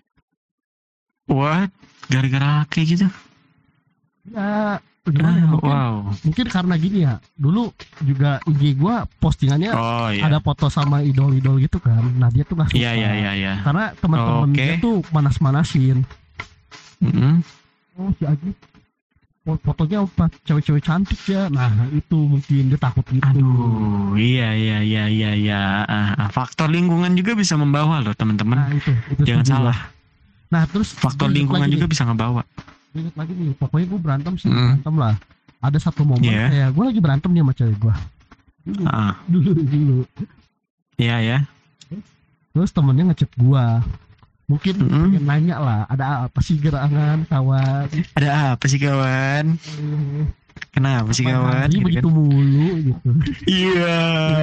What? Gara-gara kayak gitu? Ya gimana ya, Ah, mungkin, wow. mungkin karena gini ya. Dulu juga I G gue postingannya Oh iya. ada foto sama idol-idol gitu kan. Nah dia tuh gak suka. Iya iya iya iya. Karena teman-teman Oke. dia tuh manas-manasin. Mm-mm. Oh si Agi fo- fotonya apa cewek-cewek cantik ya. Nah itu mungkin dia takut gitu. Aduh, iya iya iya iya iya. Ah, ah. Faktor lingkungan juga bisa membawa loh Nah teman-teman. itu, itu Jangan setuju salah. gua. Nah terus Faktor gue inget lingkungan lagi juga nih, bisa ngebawa. gue inget lagi nih. Pokoknya gue berantem sih, Mm. berantem lah. Ada satu momen Iya. kayak gue lagi berantem nih sama cewek gue. Dulu, Ah, dulu, dulu. iya ya. Terus temennya ngechat gue. Mungkin Mm-mm. pengen nanya lah, ada apa sih gerangan kawan? Ada apa sih kawan? Eh, Kenapa sih Apaan kawan? hari Gitu begitu kan. mulu gitu. Iya.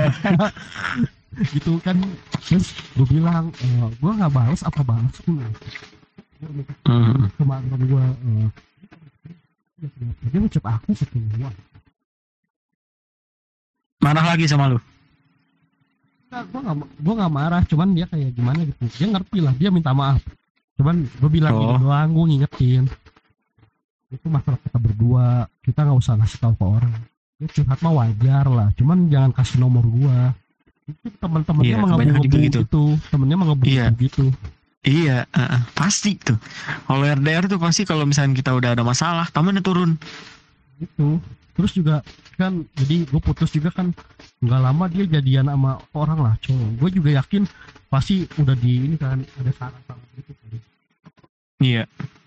Gitu kan, terus gue bilang, e, gue nggak balas apa balas tuh. Hmm. Cuma gue e, dia ngechat aku ketemu. Marah lagi sama lu? Nah, gue nggak gue nggak marah, cuman dia kayak gimana gitu, dia ngerti lah, dia minta maaf, cuman gue bilang Oh. gitu doang, gue ngingetin itu masalah kita berdua, kita nggak usah ngasih tahu ke orang. Ya curhat mah wajar lah, cuman jangan kasih nomor gue. Mungkin teman-temannya Iya, mengebu kebanyakan juga gitu. gitu, temennya mengebu Iya. gitu. Iya, uh, uh, pasti tuh. Kalau R D R tuh pasti kalau misalnya kita udah ada masalah, temennya turun. Gitu. Terus juga kan, jadi gue putus juga kan nggak lama dia jadian sama orang lah cowok. Gue juga yakin pasti udah di ini kan, ada saran-saran gitu kan. Iya.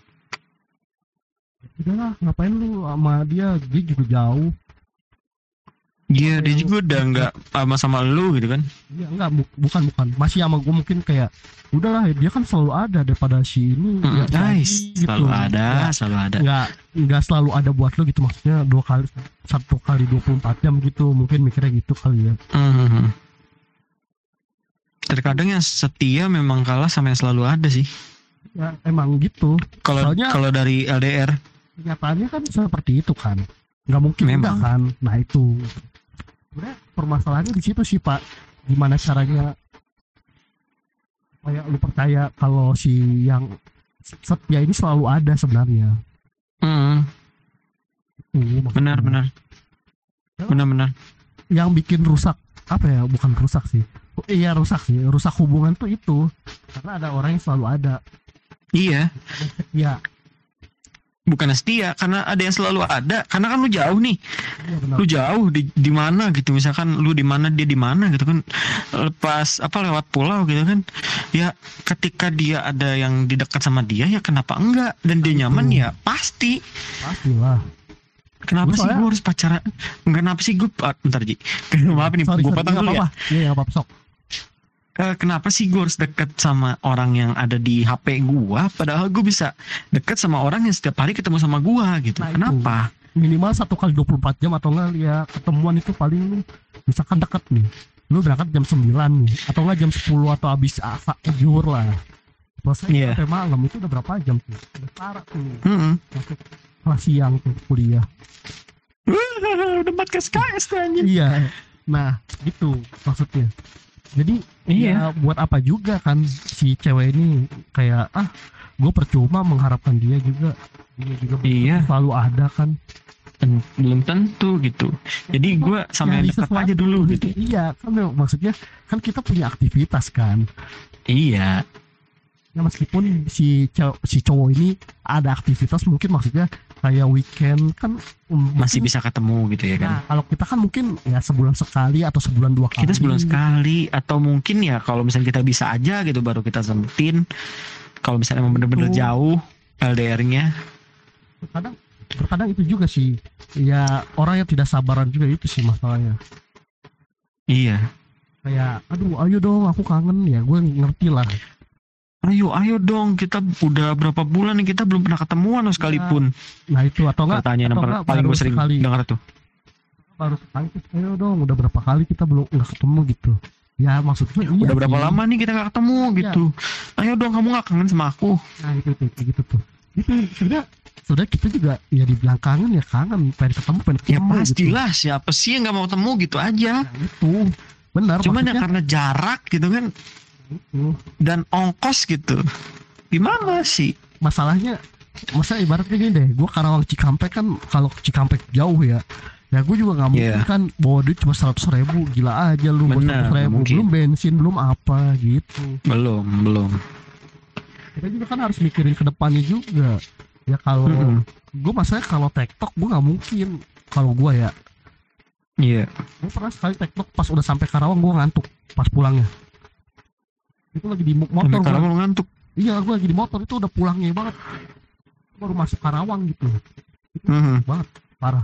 Udahlah, ngapain lu sama dia, dia juga jauh. Iya, dia juga udah nggak sama sama lu gitu kan. Iya enggak, bu- bukan bukan masih sama gue, mungkin kayak udahlah, dia kan selalu ada daripada si ini. Mm, ya, guys, gitu. selalu ada, Nggak- selalu ada. nggak nggak selalu ada buat lu gitu, maksudnya dua kali satu kali dua puluh empat jam gitu, mungkin mikirnya gitu kali ya. Mhm. Terkadang yang setia memang kalah sama yang selalu ada sih. Ya emang gitu, Kalau Soalnya- kalau dari L D R, kenyataannya kan seperti itu kan, nggak mungkin enggak Memang. kan. Nah itu sebenarnya permasalahannya di situ sih Pak, gimana caranya kayak lu percaya kalau si yang setia ini selalu ada sebenarnya. mm, Itu maksudnya. benar benar, benar benar. Yang bikin rusak apa ya, bukan rusak sih, iya rusak sih, rusak hubungan tuh itu karena ada orang yang selalu ada. Iya, Ya bukan setia karena ada yang selalu ada. Karena kan lu jauh nih. iya benar. Lu jauh di di mana gitu, misalkan lu di mana dia di mana gitu kan, lepas apa lewat pulau gitu kan ya, ketika dia ada yang di dekat sama dia ya kenapa enggak, dan dia Itu. nyaman ya pasti. Pastilah. Kenapa Gua sih soalnya- gue harus pacaran, kenapa sih gue ah, bentar Ji, maaf nih Sorry, gue sorry, potong nggak dulu ya. apa-apa. Iya nggak apa-apa sok. eh, kenapa sih gue harus deket sama orang yang ada di H P gue, padahal gue bisa deket sama orang yang setiap hari ketemu sama gue gitu. Nah, itu. Kenapa? Minimal satu kali dua puluh empat jam atau enggak ya ketemuan itu paling misalkan deket nih. Lu berangkat jam sembilan nih atau enggak jam sepuluh atau habis asa zuhur lah. Selesai Iya. sampai malam itu udah berapa jam tuh? Udah parah tuh. Mm-mm. Masuk kelas siang tuh kuliah. Udah empat K S K S tuh anjing. Iya. Nah, gitu maksudnya. Jadi Iya. ya buat apa juga kan si cewek ini kayak ah gue percuma mengharapkan dia juga dia juga Iya. selalu ada kan. Dan belum tentu gitu. Jadi gue sama yang Nyari dekat sesuatu aja dulu gitu. Iya kan maksudnya kan kita punya aktivitas kan. Iya. Ya meskipun si cow- si cowok ini ada aktivitas mungkin maksudnya kayak weekend kan um, Masih mungkin- bisa ketemu gitu ya kan. Nah, kalau kita kan mungkin ya sebulan sekali atau sebulan dua kali. Kita sebulan sekali atau mungkin ya kalau misalnya kita bisa aja gitu baru kita sempetin. Kalau misalnya emang bener-bener Betul. jauh L D R-nya. Terkadang terkadang itu juga sih. Ya orang yang tidak sabaran juga itu sih masalahnya. Iya. Kayak aduh ayo dong aku kangen ya gue ngerti lah. Ayo, ayo dong, kita udah berapa bulan nih kita belum pernah ketemuan loh sekalipun. Nah itu atau enggak Pertanyaan yang atau per- enggak paling baru gue sering sekali. dengar tuh. Baru sekali terus, ayo dong udah berapa kali kita belum nggak ketemu gitu. Ya maksudnya iya Udah berapa sih. lama nih kita gak ketemu Iya. gitu. Ayo dong, kamu gak kangen sama aku? Nah itu tuh kayak gitu tuh. Itu sudah sudah kita juga ya dibilang kangen ya kangen pengen ketemu pengen Ya ketemu gitu. pastilah, siapa sih yang gak mau ketemu gitu aja. Nah, itu benar Cuman ya maksudnya karena jarak gitu kan itu. dan ongkos gitu. Gimana sih? Masalahnya masa ibaratnya gini deh gue Karawang Cikampek kan kalau Cikampek jauh ya ya gue juga nggak mungkin Iya. kan bawa duit cuma seratus ribu gila aja lu bawa Benar, seratus ribu mungkin. belum bensin belum apa gitu Belum, belum. kita juga kan harus mikirin ke depannya juga ya kalau Mm-mm. gue masalahnya kalau TikTok gue nggak mungkin kalau gue ya Iya. gue pernah sekali TikTok pas udah sampai Karawang gue ngantuk pas pulangnya itu lagi di mo- motor Sampai gua. Karawang ngantuk. Iya gue lagi di motor itu udah pulangnya banget baru masuk Karawang gitu Mhm. banget parah.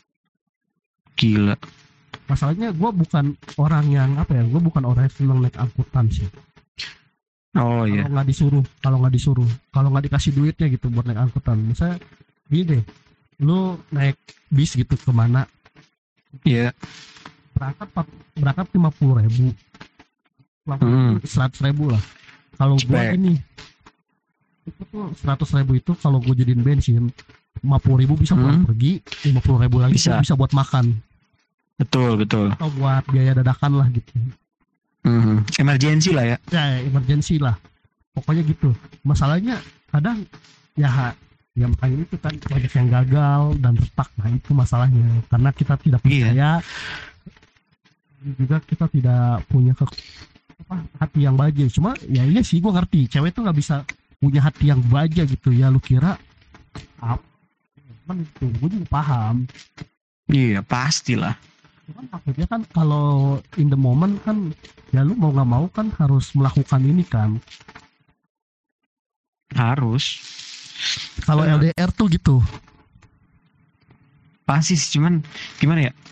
Gila. Masalahnya gue bukan orang yang apa ya gue bukan orang yang seneng naik angkutan sih. Oh iya. Kalau nggak disuruh kalau nggak disuruh kalau nggak dikasih duitnya gitu buat naik angkutan misalnya gini deh lu naik bis gitu kemana Iya. berangkat empat- berangkat lima puluh ribu Hmm. seratus ribu lah kalau gue Cepet. ini itu tuh seratus ribu itu kalau gue jadiin bensin lima puluh ribu bisa buat Hmm. pergi lima puluh ribu lagi Bisa. tuh bisa buat makan Betul, betul. atau buat biaya dadakan lah gitu Mhm. Emergency lah ya. ya emergency lah pokoknya gitu masalahnya kadang ya ya makanya itu kan banyak yang gagal dan retak nah itu masalahnya karena kita tidak Iya. percaya juga kita tidak punya ke apa hati yang baja cuma ya iya sih gua ngerti cewek tuh nggak bisa punya hati yang baja gitu ya lu kira apa kan itu gue juga paham Iya, pastilah. cuman maksudnya kan kalau in the moment kan ya lu mau nggak mau kan harus melakukan ini kan Harus. kalau Eh. L D R tuh gitu Pasti sih, cuman gimana ya?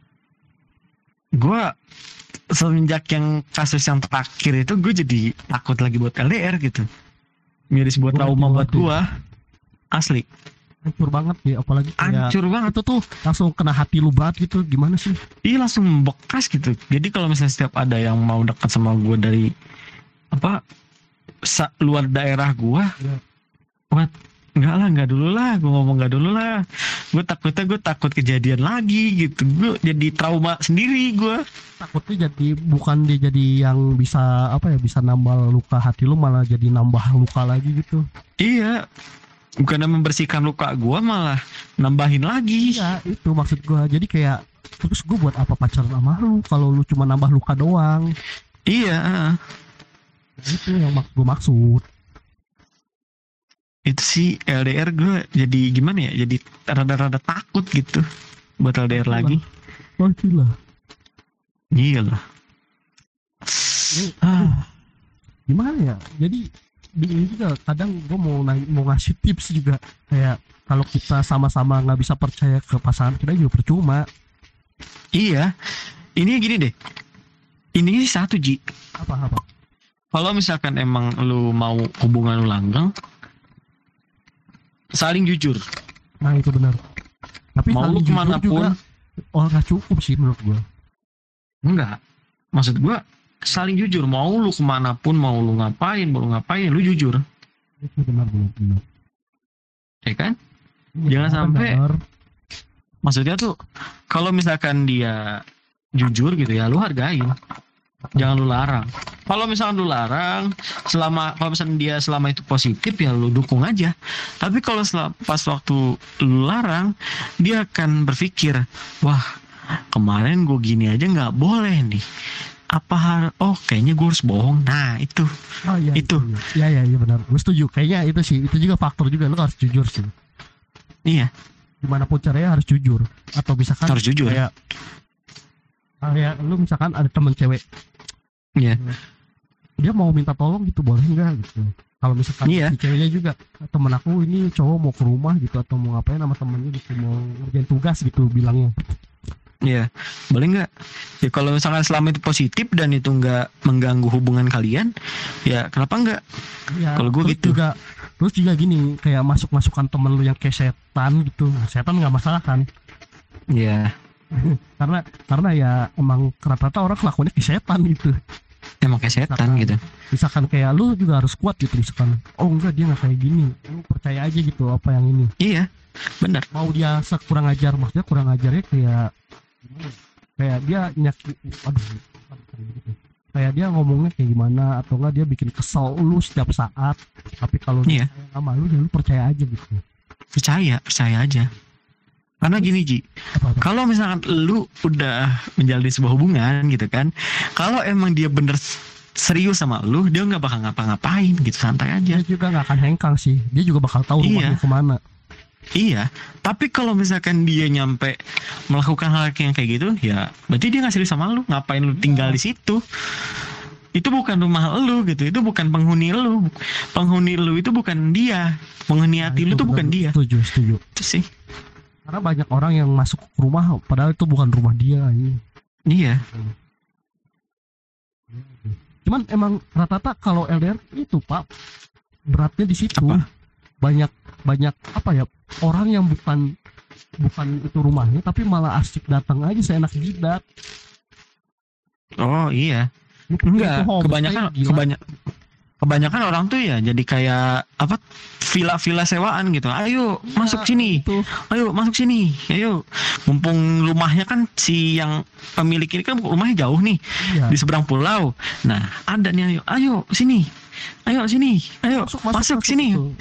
Gue semenjak yang kasus yang terakhir itu gue jadi takut lagi buat L D R gitu. Menjadi sebuah Gua trauma ngerti, buat ngerti. gue. Asli. hancur banget ya apalagi kayak Hancur banget. itu tuh langsung kena hati lu banget gitu gimana sih Iya, langsung bekas gitu. Jadi kalau misalnya setiap ada yang mau dekat sama gue dari apa sa- luar daerah gue, Iya. buat enggak lah, enggak dulu lah, gue ngomong enggak dulu lah. Gue takutnya gue takut kejadian lagi gitu. Gue jadi trauma sendiri gue. takutnya jadi bukan dia jadi yang bisa apa ya bisa nambah luka hati lu malah jadi nambah luka lagi gitu Iya, bukannya membersihkan luka gue malah nambahin lagi. iya itu maksud gua jadi kayak terus gua buat apa pacaran sama lu kalau lu cuma nambah luka doang Iya, itu yang mak gua maksud itu sih L D R gue jadi gimana ya? Jadi rada-rada takut gitu buat L D R lagi. pastilah Iya lah. Ini- Ah, gimana ya jadi bingung juga kadang gue mau nanya, mau ngasih tips juga kayak kalau kita sama-sama nggak bisa percaya ke pasangan kita juga percuma iya, ini gini deh. Intinya sih satu, Ji. Apa apa? Kalau misalkan emang lu mau hubungan lu langgeng, saling jujur. Nah itu benar. Tapi Mau lu saling jujur kemanapun, juga, oh nggak cukup sih menurut gua. enggak. Maksud gua saling jujur. Mau lu kemanapun, mau lu ngapain, mau lu ngapain, lu jujur. Itu benar benar benar. Ya kan? Iya, Jangan sampai- benar. Maksudnya tuh, kalau misalkan dia jujur gitu ya, lu hargain. Jangan lu larang. Kalau misalkan lu larang, selama kalau misalkan dia selama itu positif ya lu dukung aja. Tapi kalau sel- pas waktu lu larang, dia akan berpikir, wah kemarin gue gini aja nggak boleh nih. Apa har- oh kayaknya gue harus bohong. Nah itu, Oh iya itu. Iya iya iya benar. Gue setuju. Kayaknya itu sih, itu juga faktor juga, lu harus jujur sih. iya Gimana pun caranya harus jujur. Atau misalkan harus jujur. kayak kayak lu misalkan ada temen cewek, Iya. dia mau minta tolong gitu, boleh nggak gitu. Kalau misalkan Iya. si ceweknya juga, temen aku ini cowok mau ke rumah gitu atau mau ngapain sama temennya gitu, mau ngerjain tugas gitu bilangnya. Iya, boleh nggak? Ya kalau misalkan selama itu positif dan itu nggak mengganggu hubungan kalian, ya kenapa nggak? Iya. Kalau gua terus gitu. juga terus juga gini, kayak masuk masukan temen lu yang kayak setan gitu. Setan nggak masalah kan? Iya, Karena karena ya emang rata-rata orang kelakuannya kayak setan gitu. emang kayak setan Misalkan- gitu. Misalkan kayak lu juga harus kuat gitu, misalkan oh enggak dia nggak kayak gini, lu percaya aja gitu apa yang ini. Iya, benar. Mau dia sekurang ajar, maksudnya kurang ajarnya kayak gimana ya? Kayak dia nyakit, aduh, gitu. Kayak dia ngomongnya kayak gimana, atau enggak dia bikin kesel lu setiap saat. Tapi kalau dia Iya. sayang sama lu, ya lu percaya aja gitu. Percaya, percaya aja. Karena gini Ji, Apa apa? kalau misalkan lu udah menjalin sebuah hubungan gitu kan, kalau emang dia bener serius sama lu, dia nggak bakal ngapa-ngapain gitu, santai aja. Dia juga nggak akan hengkang sih. Dia juga bakal tahu rumahnya Iya. kemana. Iya, tapi kalau misalkan dia nyampe melakukan hal yang kayak gitu, ya berarti dia nggak serius sama lu. Ngapain lu tinggal di situ? Itu bukan rumah lu gitu, itu bukan penghuni lu. Penghuni lu itu bukan dia, penghuni hati Nah, lu itu tuh bukan benar. dia. Setuju, setuju. Itu sih. Karena banyak orang yang masuk ke rumah padahal itu bukan rumah dia. Ini. Iya, Cuman emang rata-rata kalau L D R itu Pak, beratnya di situ. Apa? Banyak banyak apa ya, orang yang bukan bukan itu rumahnya tapi malah asik datang aja seenak jidat. oh iya. Mungkin Enggak, itu homestay, kebanyakan gila. kebanyak kebanyakan orang tuh ya jadi kayak apa villa-villa sewaan gitu. Ayo Iya, masuk sini, itu. ayo masuk sini, ayo. Mumpung rumahnya kan si yang pemilik ini kan rumahnya jauh nih Iya. di seberang pulau. Nah ada nih, ayo, ayo sini, ayo sini, ayo masuk, sini. itu.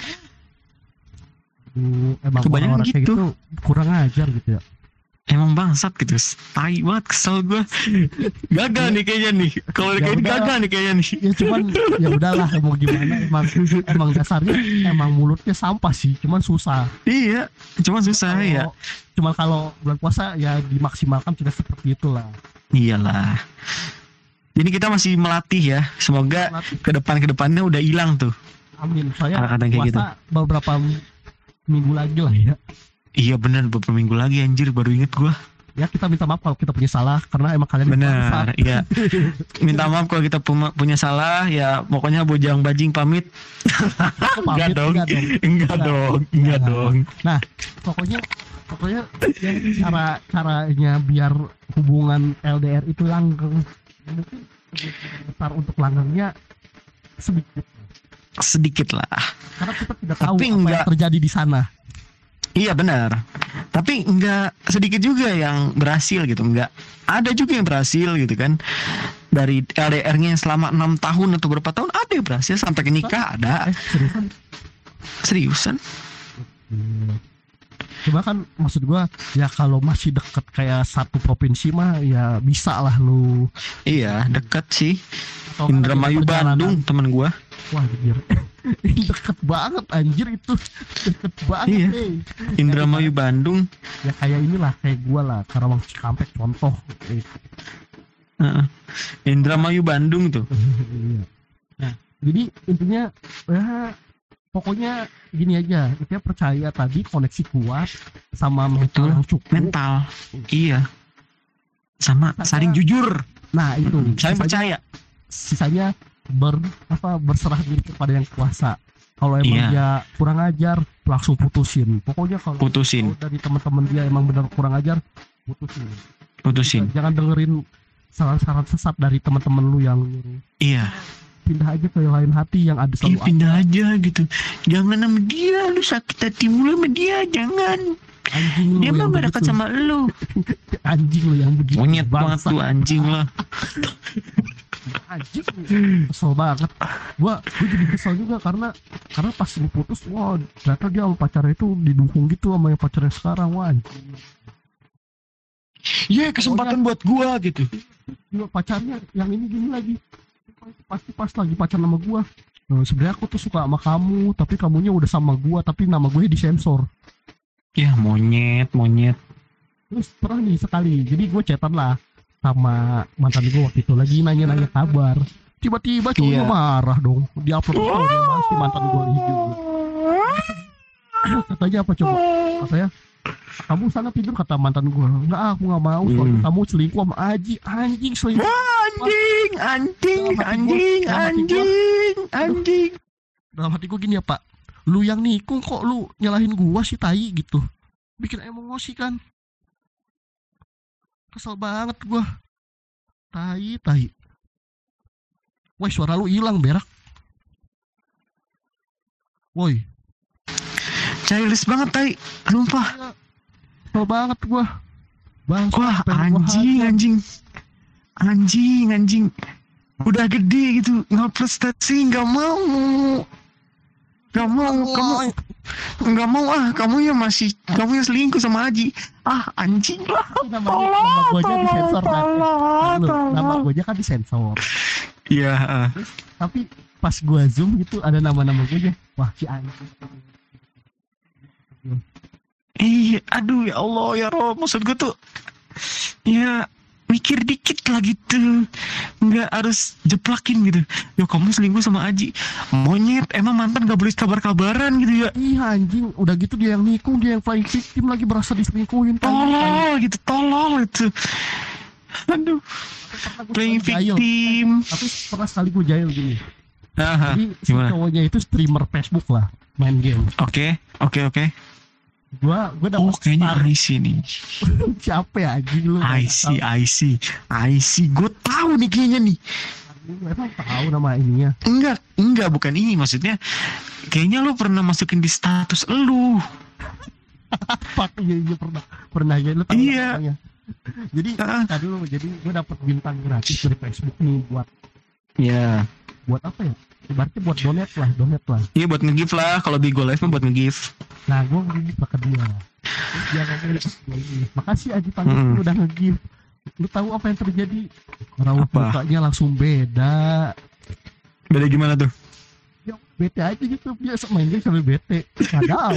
Aduh, emang Kebanyakan orang-orang kayak gitu. gitu kurang ajar gitu ya. Emang bangsat gitu, tai banget, kesel gue. Gagal nih kayaknya nih. Kalau Ya kayak ini udah. gagal nih kayaknya nih. Ya cuman ya udahlah, mau gimana, emang emang dasarnya emang mulutnya sampah sih, cuman susah. Iya, cuma susah ya. Kalau- Cuma kalau bulan puasa ya dimaksimalkan sudah seperti itulah. Iyalah. Jadi kita masih melatih ya. Semoga ke depan ke depannya udah hilang tuh. Amin. Saya Kadang-kadang kayak puasa beberapa minggu lagi lah ya. Iya bener, beberapa minggu lagi anjir, baru inget gua. Ya kita minta maaf kalau kita punya salah karena emang kalian Bener, iya. Minta maaf kalau kita puma- punya salah ya. Pokoknya bojang bajing pamit. Enggak dong. enggak dong. Enggak Enggak. dong. Enggak Enggak. dong. Pokoknya pokoknya yang cara caranya biar hubungan L D R itu langgeng, mungkin besar untuk langgengnya sedikit Sedikit lah. karena kita tidak tahu Tapi apa enggak. yang terjadi di sana. Iya benar. Tapi enggak sedikit juga yang berhasil gitu. Enggak. Ada juga yang berhasil gitu kan. Dari L D R-nya yang selama enam tahun atau berapa tahun ada yang berhasil sampai ke nikah ada. Eh seriusan? Seriusan? Cuma kan maksud gua ya kalau masih deket kayak satu provinsi mah ya bisa lah lu. Iya, dekat sih. Atau kan Indramayu ada perjalanan. Bandung temen gua. Wah anjir. Deket banget anjir itu. Deket banget. Iya. eh. Indramayu Bandung. Ya kayak inilah kayak gua lah, Karawang Cikampek contoh. Eh, Heeh. Indramayu Bandung tuh. Iya. Nah, jadi intinya ya pokoknya gini aja, kita percaya tadi koneksi kuat sama mental Betul. yang cukup. Mental. Iya. sama Sisanya- saling jujur, Nah itu saling sisanya- percaya. sisanya ber apa berserah diri kepada yang kuasa. Kalau emang Iya. dia kurang ajar, langsung putusin. Pokoknya kalau Putusin, kalau dari teman-teman dia emang benar kurang ajar, putusin. putusin. Jangan dengerin saran-saran sesat dari teman-teman lu yang nyuruh. Iya, Pindah aja ke lain hati yang ada Ih, selalu pindah aja gitu. Jangan sama dia, lu sakit hati mulu sama dia, jangan. anjing lu Dia mah yang gak dekat begitu. sama lu. Anjing lu yang begitu. Monyet banget Bangsa. tuh anjing lah. Anjing kesel banget. Gua gua jadi kesel juga karena karena pas lu putus, wah ternyata dia sama pacarnya itu didukung gitu sama yang pacarnya sekarang. Wah anjing. Iya, kesempatan buat gua gitu. Juga pacarnya yang ini gini lagi, pasti pas lagi pacaran sama gua. Nah, sebenarnya aku tuh suka sama kamu, tapi kamunya udah sama gua, tapi nama gue disensor. Ya monyet, monyet. Terus pernah nih sekali, jadi gue chatan lah sama mantan gue waktu itu, lagi nanya-nanya kabar. Tiba-tiba cowoknya Iya. marah dong, di upload story masih mantan gue hidup. Katanya apa coba? Katanya kamu sana tidur, kata mantan gue. Enggak, aku nggak mau, soalnya Hmm. kamu selingkuh sama Aji. Anjing selingkuh. Anjing, anjing, Dalam hati gua- anjing, dalam hati gua- anjing, anjing. Dalam hati gue gini ya Pak, lu yang nikung kok lu nyalahin gua sih, tai gitu, bikin emosi kan. Kesel banget gua, tai tai. Woi, suara lu hilang berak. Woi, Childish banget, tai. Sumpah. kesel banget gua. Bang, Wah, anjing, anjing. Anjing, anjing. Udah gede gitu, nggak prestasi, nggak mau. Nggak mau, kamu nggak mau ah, kamu ya masih, kamu yang selingkuh sama Aji. Ah, anjing lah. Nama, nama gua aja disensor kan. Lu, nama gua aja kan disensor. Iya, ah. Tapi pas gua zoom gitu ada nama-nama gue aja. Wah, si anjing. Iya, aduh ya Allah ya Rob, maksud gue tuh ya mikir dikit lah gitu, nggak harus jeplakin gitu. Ya kamu selingkuh sama Aji, monyet, emang mantan gak boleh kabar-kabaran gitu ya. Iya anjing, udah gitu dia yang nikung, dia yang flying victim lagi, berasa diselingkuhin. Tolol gitu, tolol itu. Aduh, playing victim. Tapi pernah sekali gue jahil gini. Aha, Jadi si gimana? cowoknya itu streamer Facebook lah, main game. Oke, oke, oke. Gua gua Oh, dapet kayaknya star. I see nih. Siapa ya anjing lu? I see, I see, I see. Gue tahu nih kayaknya nih. Lu emang tahu nama ininya? Enggak, enggak, bukan ini maksudnya. Kayaknya lu pernah masukin di status lu. Pak, iya iya pernah. Pernah ya, lu tahu Iya. namanya. Jadi Ah. tadi dulu, jadi gue dapet bintang gratis dari Facebook nih buat Ya. buat apa ya? Ibaratnya buat donate lah, donate lah. Iya, buat nge-give lah. Kalau Bigo Live mah buat nge-give. Nah, gue nge-give ke dia. Terus dia ngomong, makasih Aji Panggil Mm-mm. lu udah nge-give. Lu tahu apa yang terjadi? Raut Apa? mukanya langsung beda. Beda gimana tuh? Ya bete aja gitu, biasa main game sambil bete. Kadang.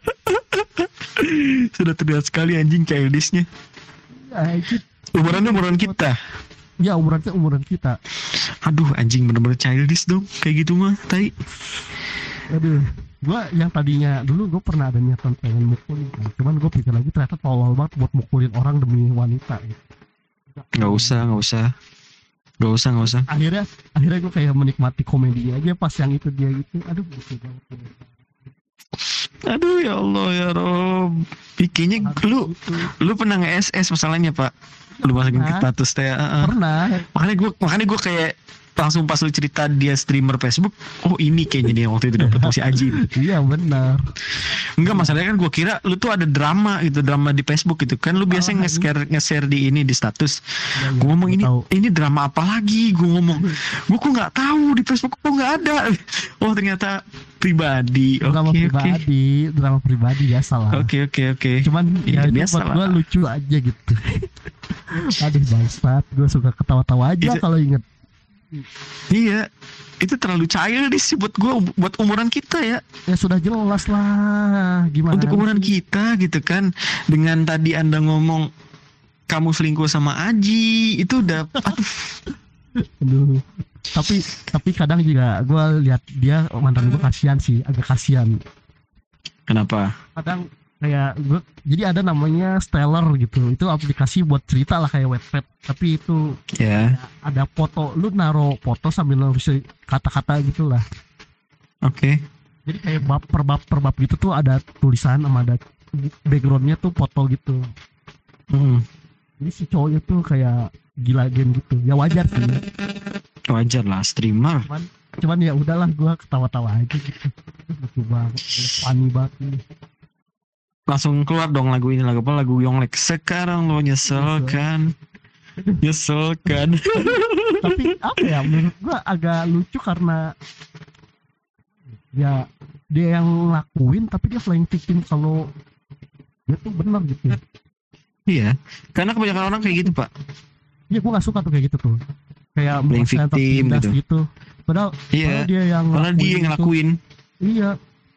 Sudah terlihat sekali anjing childishnya. Ya, itu, Umuran umuran kita. ya umuran umuran kita. Aduh, anjing bener-bener childish dong. Kayak gitu mah, tai. Aduh, gua yang tadinya dulu gue pernah ada niatan pengen mukulin kan. Cuman gue pikir lagi ternyata tolol banget buat mukulin orang demi wanita gitu. Nggak usah, nggak usah. Nggak usah, nggak usah. Akhirnya akhirnya gue kayak menikmati komedinya aja pas yang itu dia gitu. Aduh, gitu banget. Aduh, ya Allah, ya Rob. Kayaknya lu, Gitu. lu pernah nge-S S masalahnya, Pak. Lu masukin ke Pernah. status teh. Uh, Pernah. makanya gue makanya gue kayak langsung pas lu cerita dia streamer Facebook, oh ini kayaknya dia waktu itu dapet si Aji. Iya benar. Enggak, masalahnya kan gue kira lu tuh ada drama gitu, drama di Facebook gitu kan. Lu biasa Malah nge-share nge-share di ini di status. Ya, ya, Gue ngomong gua ini tahu. ini drama apa lagi? Gue ngomong, gue kok nggak tahu di Facebook kok nggak ada. Oh ternyata pribadi. Oke drama oke pribadi, drama pribadi biasa lah. oke oke oke. Cuman Iya, ya itu biasa buat lah. gue lucu aja gitu. Aduh bangsat, gue suka ketawa-tawa aja Itu- kalau inget. Iya, itu terlalu childish sih buat gue, buat umuran kita ya. Ya sudah jelas lah, gimana? Untuk umuran sih? kita gitu kan. Dengan tadi Anda ngomong kamu selingkuh sama Aji, itu udah aduh. Aduh. Tapi tapi kadang juga gue lihat dia mantan gue kasihan sih, agak kasihan. Kenapa? Kadang kayak gue, jadi ada namanya Stellar gitu, itu aplikasi buat cerita lah kayak Wattpad, tapi itu Ya. ada foto, lu naro foto sambil nulis kata-kata gitu lah. Oke. Jadi kayak bab per bab per bab gitu tuh ada tulisan sama ada backgroundnya tuh foto gitu. Hmm. Jadi si cowoknya tuh kayak gila game gitu, ya wajar sih. Wajar lah streamer. Cuman cuman ya udahlah, gue ketawa-tawa aja gitu. Lucu banget, funny banget ini. Langsung keluar dong lagu ini, lagu apa, lagu Yonglek. Sekarang lo nyesel kan? Nyesel kan? Tapi apa ya, menurut gue agak lucu karena ya dia yang ngelakuin tapi dia playing victim kalau dia tuh benar gitu. Iya, karena kebanyakan orang kayak gitu pak. Iya, gue gak suka tuh kayak gitu tuh, kayak Playing merasa victim tertindas gitu. gitu. Padahal, Iya, padahal dia yang karena dia yang itu. ngelakuin. Iya,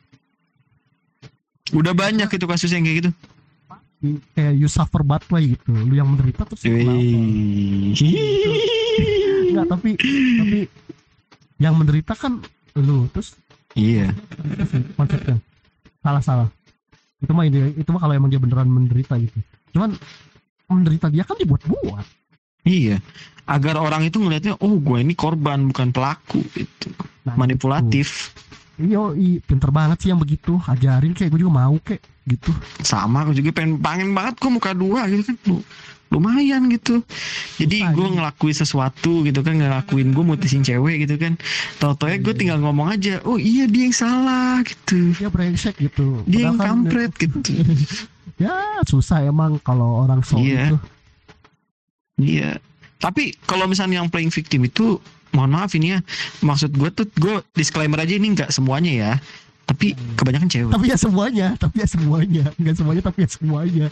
Udah banyak itu kasus yang kayak gitu. di- kayak you suffer bad way gitu, lu yang menderita terus kenapa? Wih. Enggak, tapi tapi yang menderita kan lu, terus Iya. itu sih konsepnya salah salah. Itu mah ini, itu mah kalau emang dia beneran menderita gitu. Cuman menderita dia kan dibuat-buat. Iya. Agar orang itu ngelihatnya, oh gue ini korban bukan pelaku gitu. Nah, Manipulatif. gitu. Iya, i, pinter banget sih yang begitu. Ajarin kayak gue juga mau kayak gitu. Sama aku juga pengen pengen banget kok muka dua gitu kan. Lu- Lumayan gitu. Jadi Susah, gue iya. ngelakuin sesuatu gitu kan, ngelakuin gue mutusin cewek gitu kan. Tau-taunya gue Iya. tinggal ngomong aja, oh iya dia yang salah gitu. Dia brengsek gitu. Dia yang Padahal kan- kampret gitu. Ya susah emang kalau orang sok Iya. itu. Iya. Tapi kalau misalnya yang playing victim itu, mohon maaf ini ya, maksud gue tuh, gue disclaimer aja ini nggak semuanya ya, tapi kebanyakan cewek. Tapi ya semuanya, tapi ya semuanya, nggak semuanya tapi ya semuanya.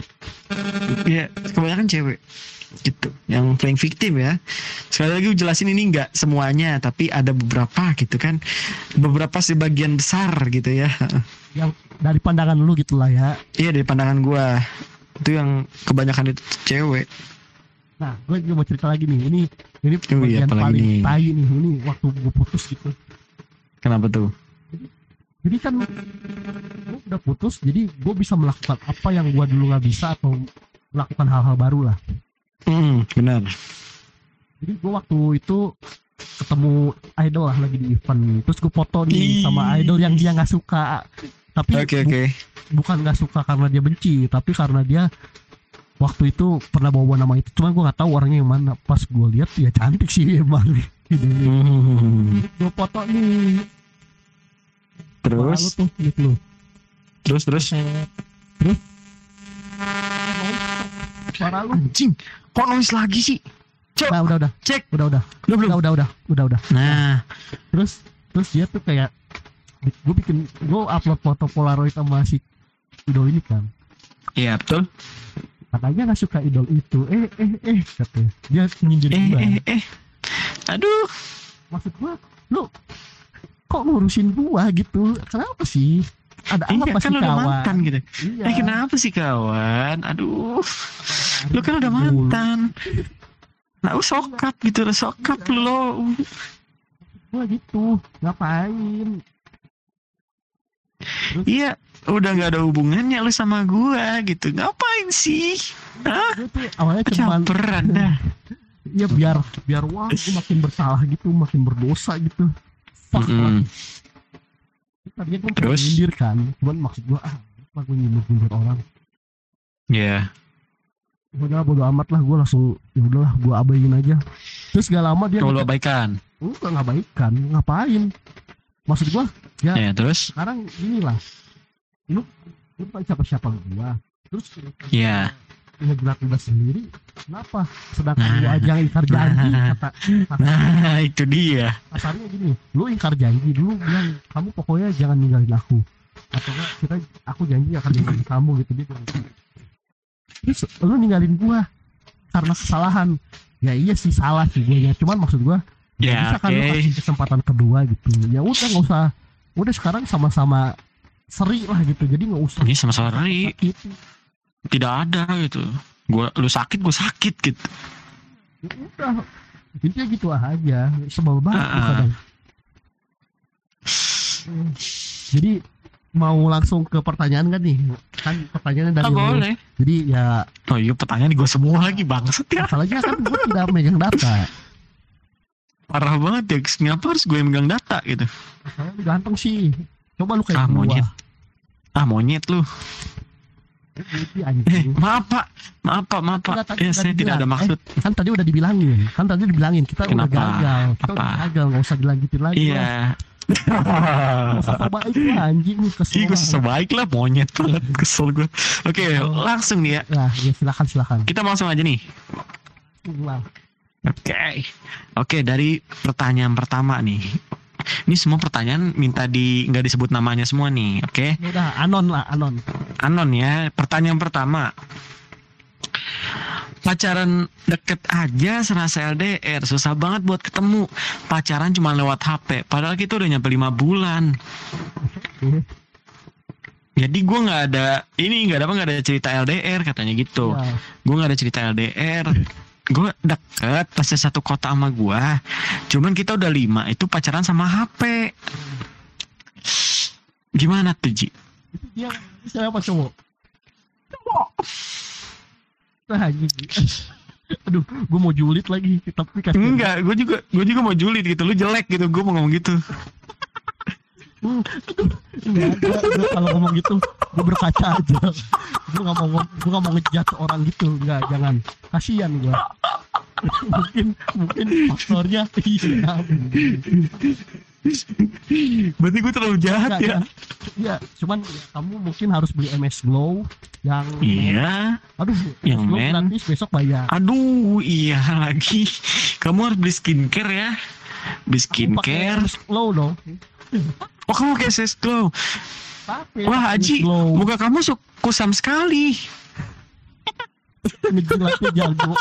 Iya, kebanyakan cewek gitu, yang playing victim ya. Sekali lagi gue jelasin ini nggak semuanya, tapi ada beberapa gitu kan, beberapa sebagian besar gitu ya. Yang dari pandangan lu gitulah ya. Iya dari pandangan gue, itu yang kebanyakan itu cewek. Nah, gue juga mau cerita lagi nih. Ini ini Oh iya, bagian apalagi paling nih? tai nih. Ini waktu gue putus gitu. Kenapa tuh? Jadi kan gue udah putus, jadi gue bisa melakukan apa yang gue dulu nggak bisa atau melakukan hal-hal baru lah. Hmm, benar. Jadi gue waktu itu ketemu idol lah lagi di event, terus gue foto nih Ih. sama idol yang dia nggak suka. Tapi Oke bu- oke. bukan nggak suka karena dia benci, tapi karena dia waktu itu pernah bawa nama itu. Cuman gue nggak tahu orangnya yang mana. Pas gue lihat ya cantik sih emang. Hmm. Gue foto nih. Suara lu Terus, tuh, lihat lu. terus, terus. Terus suara lu. Anjing, kok noise lagi sih? Cok, Nah, udah udah. cek. Udah udah. Udah belum? Udah udah udah. Udah udah. Nah, Terus terus dia tuh kayak gue bikin gue upload foto polaroid sama si idol ini kan. iya betul. Katanya nggak suka idol itu. Eh eh eh katanya. Dia nyindir Eh, gue. eh, eh. Aduh, Maksud gue, lu kok ngurusin gua gitu? Kenapa sih? Ada iya apa kan sih udah kawan? mantan gitu. Iya. Eh kenapa sih kawan? Aduh, lu kan udah Dulu. mantan. Nah, lu sokap gitu, lu sokap lu lo. Gua gitu, ngapain? Iya, udah nggak ada hubungannya lu sama gua gitu. Ngapain sih? Hah? Gue tuh awalnya cuman Caperan dah. ya biar biar wah gue makin bersalah gitu, makin berdosa gitu. Fuck Mm-mm. lah. Tadinya gue pengen Terus? nyindir kan, cuman maksud gue ah, apa gue nyindir-nyindir orang. Iya. Udah bodo amat lah, gue langsung ya udahlah gue abaiin aja. Terus gak lama dia Kalau lu abaikan. lu gak ngabaikan, ngapain? Maksud gue ya Ya, terus? sekarang gini lah, lu lu bukan siapa-siapa gua, terus Iya. ngejerat udah sendiri, kenapa? Sedangkan Nah. lu aja yang ingkar janji, Nah. kata Nah, itu dia. kasarnya gini, lu ingkar janji dulu bilang kamu pokoknya jangan ninggalin aku, atau enggak kita aku janji akan ninggalin kamu gitu dia bilang. Terus lu ninggalin gua karena kesalahan, ya iya sih salah sih gue ya, cuman maksud gua nggak Ya, bisa kan lu oke. kasih kesempatan kedua gitu, ya udah nggak usah, udah sekarang sama-sama seri lah gitu, jadi nggak usah Ini sama Sari gitu. tidak ada gitu. Gua lu sakit, gua sakit gitu. Ya udah intinya gitu aja, sebel banget Ah, gua ah. kadang. Hmm. Jadi mau langsung ke pertanyaan kan nih? Kan pertanyaannya dari Ah, lu. boleh. Jadi ya Oh iya, pertanyaan gue semua lagi bangsat ya. masalahnya kan gue tidak megang data. Parah banget ya. Kenapa harus gue yang megang data gitu? Saya ganteng sih. Coba lu kayak Ah, gua. monyet. Ah monyet lu. Jadi, Eh anjing. maaf pak, maaf pak, maaf pak. Udah, tadi Ya udah saya tidak ada dibilang. maksud. Eh, kan tadi udah dibilangin. Kan tadi dibilangin kita udah Kenapa? gagal. Kita Apa? udah gagal, nggak usah dilanjutin lagi. lah. Iya. Apa baik lah anjing kesel. Ih gue banget. sebaik lah monyet banget, kesel gue. Oke langsung nih ya. Lah, ya silakan silakan. Kita langsung aja nih. Lah. Oke, oke dari pertanyaan pertama nih. Ini semua pertanyaan minta di nggak disebut namanya semua nih, oke? Ya udah anon lah anon. Anon ya. Pertanyaan pertama. Pacaran deket aja serasa L D R, susah banget buat ketemu. Pacaran cuma lewat H P, padahal kita udah nyampe lima bulan. Eh, Jadi gue nggak ada ini nggak ada apa nggak ada cerita L D R katanya gitu. ya. Gue nggak ada cerita L D R. Gue deket pasti satu kota sama gue. Cuman kita udah lima itu pacaran sama H P. Gimana tuh Ji? Itu dia saya apa cowok? Cowok. Nah, anjing. Aduh, gue mau julid lagi, tapi kasih. Enggak, gue juga gue juga mau julid gitu. Lu jelek gitu, gue mau ngomong gitu. Enggak, gue, gue kalau ngomong gitu, gue berkaca aja. Gue gak mau gue gak mau ngejat orang gitu, enggak, jangan. Kasian gue. mungkin mungkin faktornya iya. Berarti gue terlalu jahat Enggak, ya? jangan. Iya, cuman ya, kamu mungkin harus beli M S Glow yang Iya. aduh, Yang M S Glow men. gratis besok bayar. Aduh, iya lagi. Kamu harus beli skincare ya. Beli Aku pakai skincare. M S Glow dong. Oh, kamu pakai S S Glow. Tapi Wah, Haji, muka kamu su- kusam sekali. ngejilatnya jago.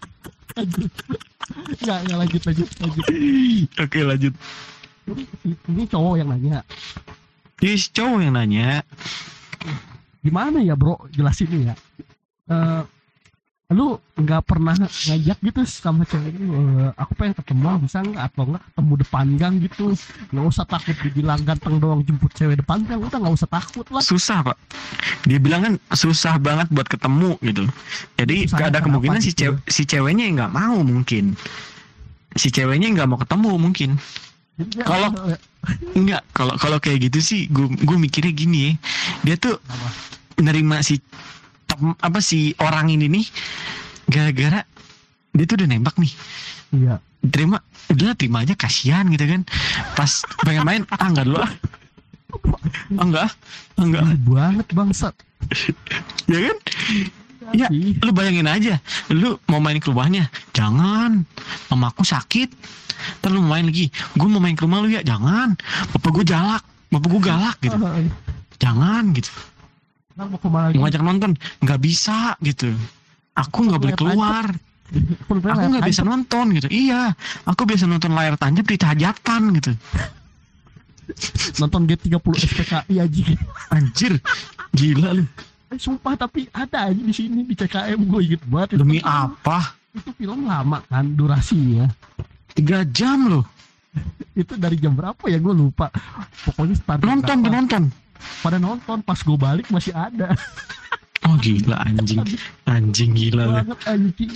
Enggak, enggak lanjut lanjut lanjut. Oke, lanjut. Ini cowok yang nanya. Ini si cowok yang nanya. Gimana ya bro, jelasin ya. Eh, lu nggak pernah ngajak gitu sama cewek lu, eh, aku pengen ketemu bisa nggak, atau nggak ketemu depan gang gitu, nggak usah takut dibilang ganteng doang jemput cewek depan gang, udah nggak usah takut lah. Susah, Pak. Dia bilang kan susah banget buat ketemu gitu. Jadi Susahnya gak ada kenapa kemungkinan si, gitu? cewe, si ceweknya nggak mau mungkin. Si ceweknya nggak mau ketemu mungkin. Jadi dia- Kalau eh, Enggak, kalau kalau kayak gitu sih gue gue mikirnya gini ya. Dia tuh apa? nerima si tem- apa si orang ini nih gara-gara dia tuh udah nembak nih. Iya. Terima, udah terima aja kasihan gitu kan. Pas pengen main, ah enggak dulu ah. Ah, enggak, ah, enggak. Ih, banget bangsat. Ya kan? Ya, Sih. lu bayangin aja, lu mau main ke rumahnya, jangan, mamaku sakit. Ntar lu mau main lagi, gue mau main ke rumah lu ya, jangan. Bapak gue galak, bapak gue galak gitu, Eh, jangan gitu. ntar mau kemana lagi? Mau ngajak nonton, nggak bisa gitu. Aku nggak boleh keluar, aku nggak bisa nonton gitu. Iya, aku biasa nonton layar tancap di hajatan gitu. nonton G tiga puluh S P K I aja. Anjir, gila lu. Eh, sumpah tapi ada aja di sini di C K M, gue inget banget. Demi Itu- apa? Itu film lama kan durasinya. Tiga jam loh. Itu dari jam berapa ya gue lupa. Pokoknya start jam Nonton, berapa. penonton. Pada nonton, pas gue balik masih ada. Oh gila anjing, anjing gila lu. Banget anjing.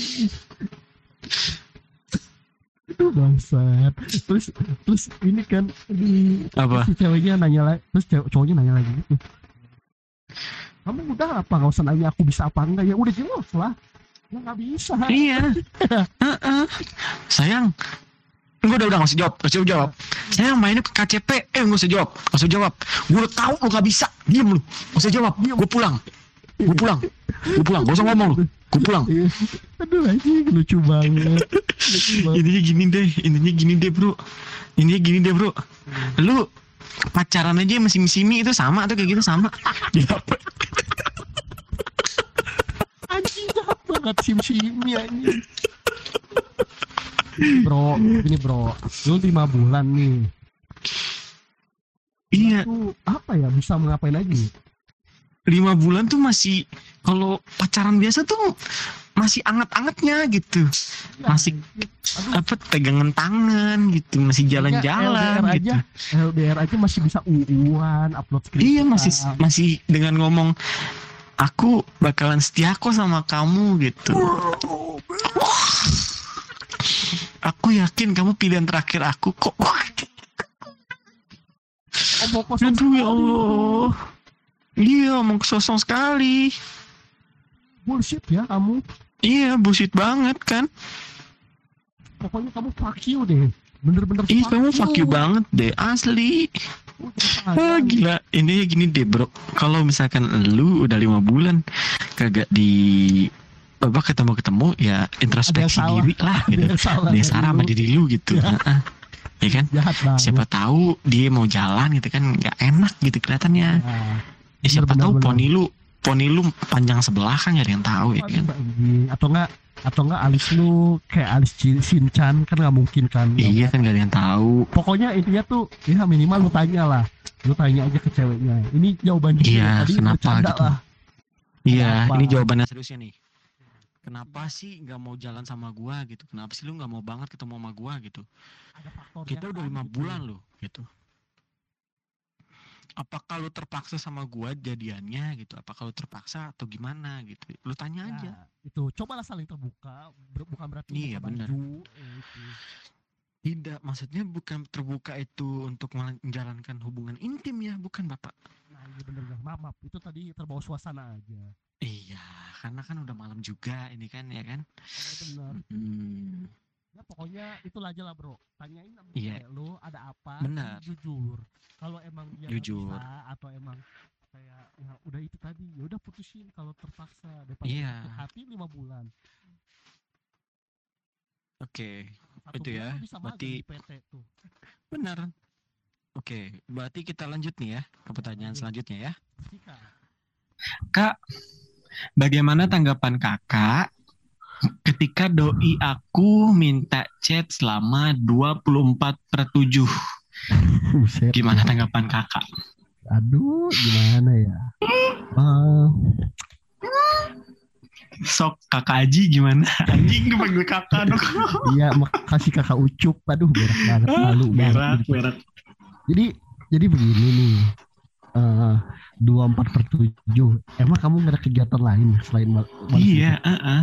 Itu bangsat. Terus terus ini kan di Apa? si ceweknya nanya lagi, terus cewek cowoknya nanya lagi gitu. Kamu udah apa? Gak usah nanya aku bisa apa enggak, ya udah jelas lah. Ya nggak bisa. Iya. Heeh. Sayang. Gue udah udah nggak usah jawab, nggak usah jawab. Sayang mainnya ke K C P, eh nggak usah jawab, nggak usah jawab. Gue udah tahu lu nggak bisa, diem lu, nggak usah jawab. Gue pulang, gue pulang, gue pulang, gak usah ngomong lu, gue pulang. Aduh anjing lucu banget. Lucu banget. Intinya gini deh, intinya gini deh bro, intinya gini deh bro. Lu pacaran aja sama simi-simi itu sama tuh kayak gitu sama. Dapet. Anjing jahat banget sim-simi anjing. Bro, ini bro, lu lima bulan nih. Iya. Lu apa ya bisa ngapain lagi? Lima bulan tuh masih kalau pacaran biasa tuh masih anget-angetnya gitu. Ya, Masih aduh, apa pegangan tangan gitu, masih kayaknya jalan-jalan L D R gitu. aja, L D R aja masih bisa uuan, upload screen. Iya masih masih dengan ngomong aku bakalan setia kok sama kamu gitu. Aku yakin kamu pilihan terakhir aku kok. Omong kosong Aduh ya sekali. Allah. Iya omong kosong sekali. Bullshit ya kamu. Iya bullshit banget kan. Pokoknya kamu fuck you deh. Bener-bener Ih kamu fuck you banget deh asli. Ah, gila, ini gini deh bro. Kalau misalkan lu udah lima bulan kagak di apa ketemu-ketemu ya introspeksi salah. diri lah Ada gitu. yang salah Dia dari salah lu. sama diri lu gitu. Ya. Heeh. Ya kan? Jahat banget. Siapa tahu dia mau jalan gitu kan nggak enak gitu kelihatannya. Nah, Ya, siapa bener, tahu bener, poni lu poni lu panjang sebelah kan nggak ada yang tahu ya kan. Aduh, anjing. Atau enggak atau enggak alis lu kayak alis Shin- Shinchan kan nggak mungkin kan. Iya kan nggak ada yang tahu. Pokoknya intinya tuh ya minimal lu tanya lah. Lu tanya aja ke ceweknya. Ini jawaban dia Iya, tadi kenapa bercanda gitu. lah. Iya, Kenapa? ini jawabannya seriusnya nih. Kenapa sih nggak mau jalan sama gua gitu? Kenapa sih lu nggak mau banget ketemu sama gua gitu? Ada faktor Kita yang udah lain lima gitu. bulan loh gitu. Apakah lu terpaksa sama gua jadiannya gitu? Apakah lu terpaksa atau gimana gitu? Lu tanya aja. Nah, itu cobalah saling terbuka, ber- bukan berarti Iya, buka benar. baju, eh, itu. Tidak, maksudnya bukan terbuka itu untuk menjalankan hubungan intim ya, bukan Bapak. Nah, iya bener bener maaf, maaf, itu tadi terbawa suasana aja. Iya, karena kan udah malam juga ini kan ya kan. Iya bener. Hmm, Ya pokoknya itulah aja lah bro. Tanyain sama Iya. cewek lu ada apa, Benar. jujur. Kalau emang dia nggak Jujur. bisa atau emang kayak ya udah itu tadi, ya udah putusin kalau terpaksa daripada Iya. sakit hati lima bulan. Oke, Satu Itu bulan ya, lu bisa magang berarti- di P T tuh. benar. Oke, berarti kita lanjut nih ya ke pertanyaan Lanjut. selanjutnya ya. Jika Kak, bagaimana tanggapan kakak ketika doi aku minta chat selama dua puluh empat per tujuh? buset. Gimana tanggapan kakak? Aduh, gimana ya? Eh, Sok kakak Aji gimana? Anjing gue panggil kakak dong. Iya, makasih kakak Ucup. Aduh, berak banget malu banget. Berak, berak. Jadi, jadi begini nih. Eh, dua puluh empat per tujuh. Emang kamu gak ada kegiatan lain selain mal- malam Iya, itu? uh-uh.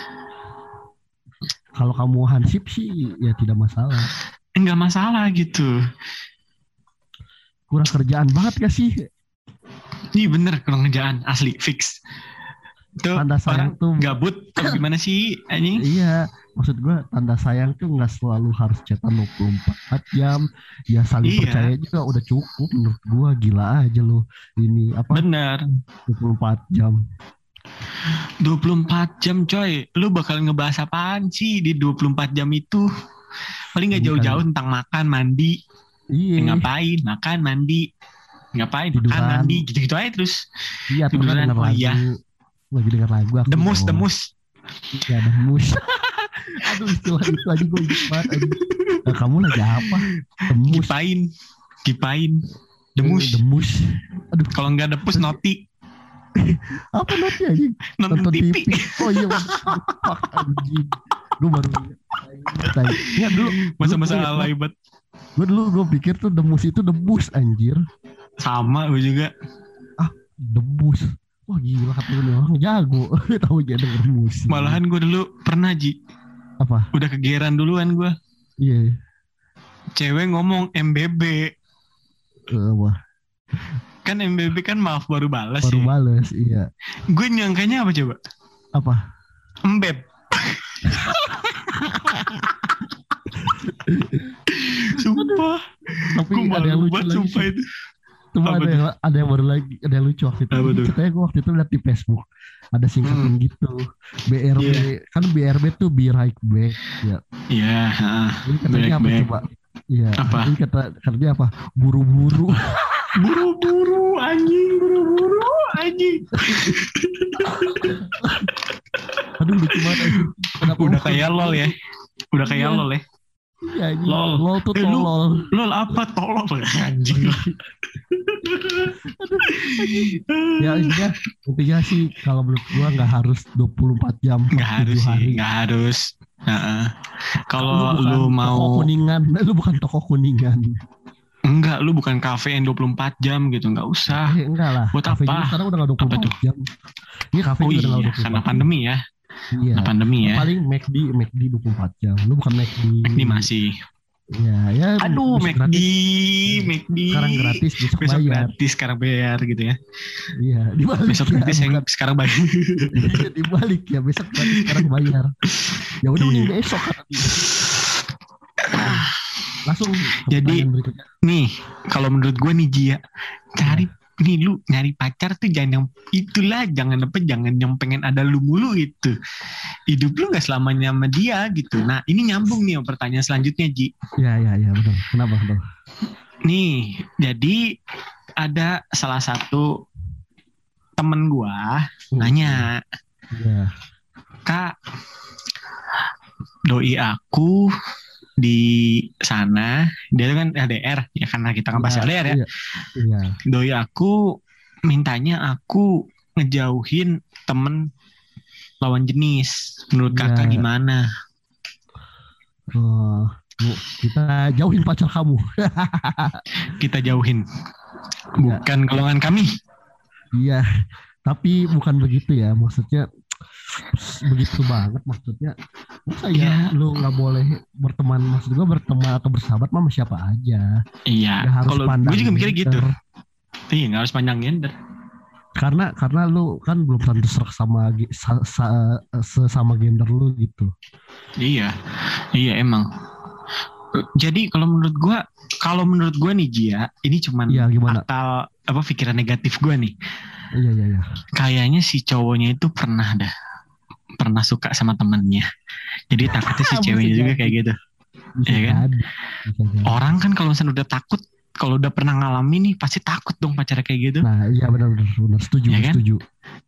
Kalau kamu hansip sih ya tidak masalah. Enggak masalah gitu. Kurang kerjaan banget gak sih? Ini bener kurang kerjaan asli fix. Tuh Tanda sayang orang tuh gabut atau gimana sih anjing? Iya, maksud gue tanda sayang tuh nggak selalu harus chatan dua puluh empat jam. Ya saling Iya. percaya juga udah cukup menurut gue. Gila aja lo. Ini apa Bener. dua puluh empat jam. dua puluh empat jam coy. Lu bakal ngebahas apaan sih di dua puluh empat jam itu? Paling gak Bukan. jauh-jauh tentang makan, mandi. Eh, Iya. ngapain? Makan, mandi. Ngapain? Makan, Tiduran. mandi. Gitu-gitu aja terus. Iya, atau nggak Tiduran, denger oh lagu. iya. Lagi denger lagu. aku Demus, doang. demus. Iya, demus. Aduh, istilah itu aja gue ingat banget. aduh. Nah, kamu lagi apa? Demus. Gipain. Gipain. Demus. Eh, demus. Aduh, Kalau nggak depus noti. apa notnya anjing? Nonton Nonton T V. T V. Oh iya, fuck anjing. Gue baru ingat. Ingat dulu. Masa-masa dulu- alay banget. Gue dulu gue pikir tuh demus itu debus anjir. Sama gue juga. Debus. Wah gila kata lu nih orang jago. Tahu dia denger musik. Malahan gue dulu pernah Ji. apa? Udah kegeran duluan gue. Iya. Cewek ngomong M B B. Eh, Wah, Kan M B B kan maaf baru balas baru ya. bales. Iya. Gue nyangkanya apa coba? Apa? Embeb. Sumpah. Tapi Gue ada yang malu lucu banget lagi sumpah sih. itu. Cuma Apa ada tuh? yang, ada yang baru lagi, ada yang lucu waktu itu. Apa Jadi tuh? ceritanya gue waktu itu liat di Facebook. Ada singkatan gitu. B R B. Iya. Kan B R B tuh be right back. Ya. Iya. heeh. Ini katanya Back apa back. coba? Iya. Apa? Ini kata katanya apa? Buru-buru. Buru-buru anjing. Buru-buru anjing. Aduh lucu banget anjing. Kenapa Udah lu- kayak lol ya. Udah kayak Iya. lol ya. Iya ini Lol. lol tuh Eh, lu- tolol. Lol apa tolol anjing. Ya intinya intinya sih kalau menurut gua nggak harus dua puluh empat jam Nggak harus tujuh hari. sih, nggak harus. Heeh. Kalau bukan lu toko mau kuningan, lu bukan toko kuningan. enggak, lu bukan kafe yang dua puluh empat jam gitu, nggak usah. Eh, enggak lah. Buat Kafe apa? juga sekarang udah nggak dua puluh Apa empat tuh? jam. Iya kafe Oh juga udah nggak iya, dua puluh karena empat jam. pandemi ya. Iya. Karena pandemi ya. Paling McD McD dua puluh empat jam. Lu bukan McD. McD masih. Iya, ya. Aduh, besok McD, gratis. McD. Sekarang gratis, besok, Besok bayar. gratis, sekarang bayar gitu ya. Iya, dibalik. Besok ya, gratis yang bukan- sekarang bayar. Iya, dibalik ya, besok gratis sekarang bayar. Ya udah mending Iya. besok kan. Langsung ke Jadi- pertanyaan berikutnya. Nih, kalau menurut gue nih Jia, cari nih lu nyari pacar tuh jangan yang itulah, jangan apa, jangan yang pengen ada lu mulu gitu. Hidup lu nggak selamanya sama dia gitu. Nah, ini nyambung nih sama pertanyaan selanjutnya Ji. Ya, ya, ya, betul. Kenapa, betul? Nih, jadi ada salah satu temen gua nanya, Ya. Kak, doi aku di sana, dia kan L D R ya, karena kita kan bahas L D R ya. Iya. Iya. Doi aku mintanya aku ngejauhin temen lawan jenis. Menurut Ya. kakak gimana? Oh, Bu, kita jauhin pacar kamu. Kita jauhin. Ya. Bukan golongan kami. Iya, tapi bukan begitu ya. Maksudnya begitu banget maksudnya. Masa ya Iya. lu nggak boleh berteman, maksud gua berteman atau bersahabat mah sama siapa aja. Iya. Nggak harus Kalau pandang gue juga mikir gitu. gender. Iya, nggak harus panjang gender. Karena karena lu kan belum tentu serak sama ge- sa- sa- sesama gender lu gitu. Iya, iya emang. Jadi kalau menurut gua, kalau menurut gua nih Jia, ini cuman Iya gimana? akal apa pikiran negatif gua nih. Iya iya iya. Kayaknya si cowoknya itu pernah dah, pernah suka sama temennya. Jadi takutnya si Bisa ceweknya juga jadi. kayak gitu. Bisa Iya kan? jadi. Bisa jadi. Orang kan kalau misalnya udah takut, kalau udah pernah ngalamin nih, pasti takut dong pacarnya kayak gitu. Nah, iya benar benar benar setuju, Iya kan? setuju.